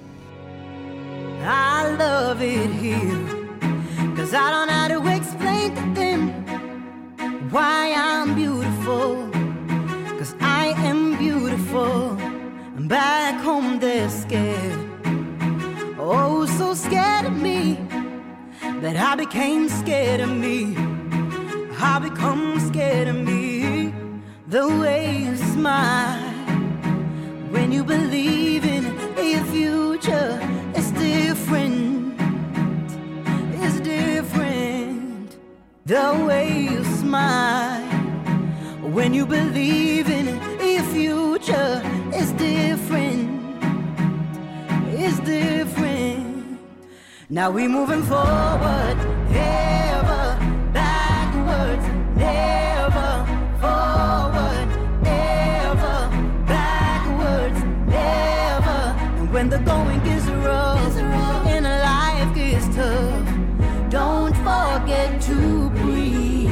Speaker 4: I love it here, cause I don't know how to explain to them why I'm beautiful, cause I am beautiful. And back home they're scared, oh so scared of me, that I became scared of me. I become scared of me, the way you smile when you believe in a future is different, is different. The way you smile when you believe in a future is different, is different. Now we moving forward, ever backwards, never forward, ever backwards, never. And when the going gets rough and life gets tough, don't forget to breathe.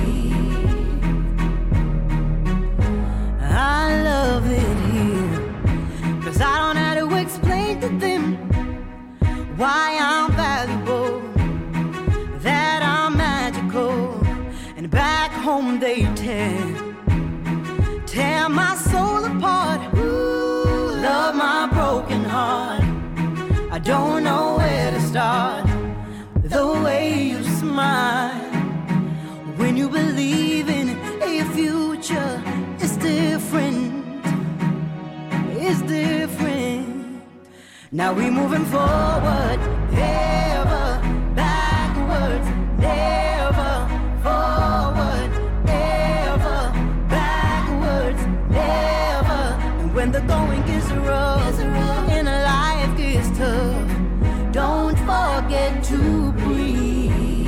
Speaker 4: I love it here, cause I don't know how to explain to them why I'm valuable, that I'm magical. And back home they tear, tear my soul apart. Ooh, love my broken heart, I don't know where to start. The way you smile when you believe in a future is different, is different. Now we moving forward, ever backwards, never forward, ever backwards, never. And when the going gets rough and life gets tough, don't forget to breathe.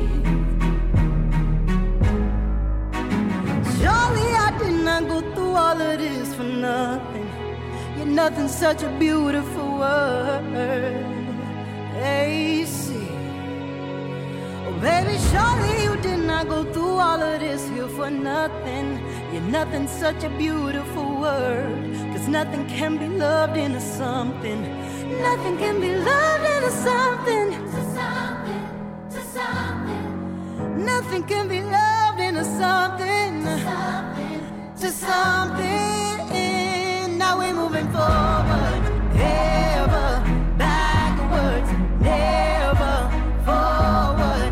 Speaker 4: Surely I did not go through all of this for nothing. You're nothing, such a beautiful word. Hey, see. Oh, baby, surely you did not go through all of this here for nothing. You're nothing, such a beautiful word. Cause nothing can be loved into something. Nothing can be loved into something. To something, to something. Nothing can be loved into something. To something, to something. Now we're moving forward, ever backwards, never forward,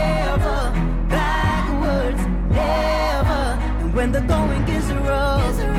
Speaker 4: ever backwards, never. And when the going gets rough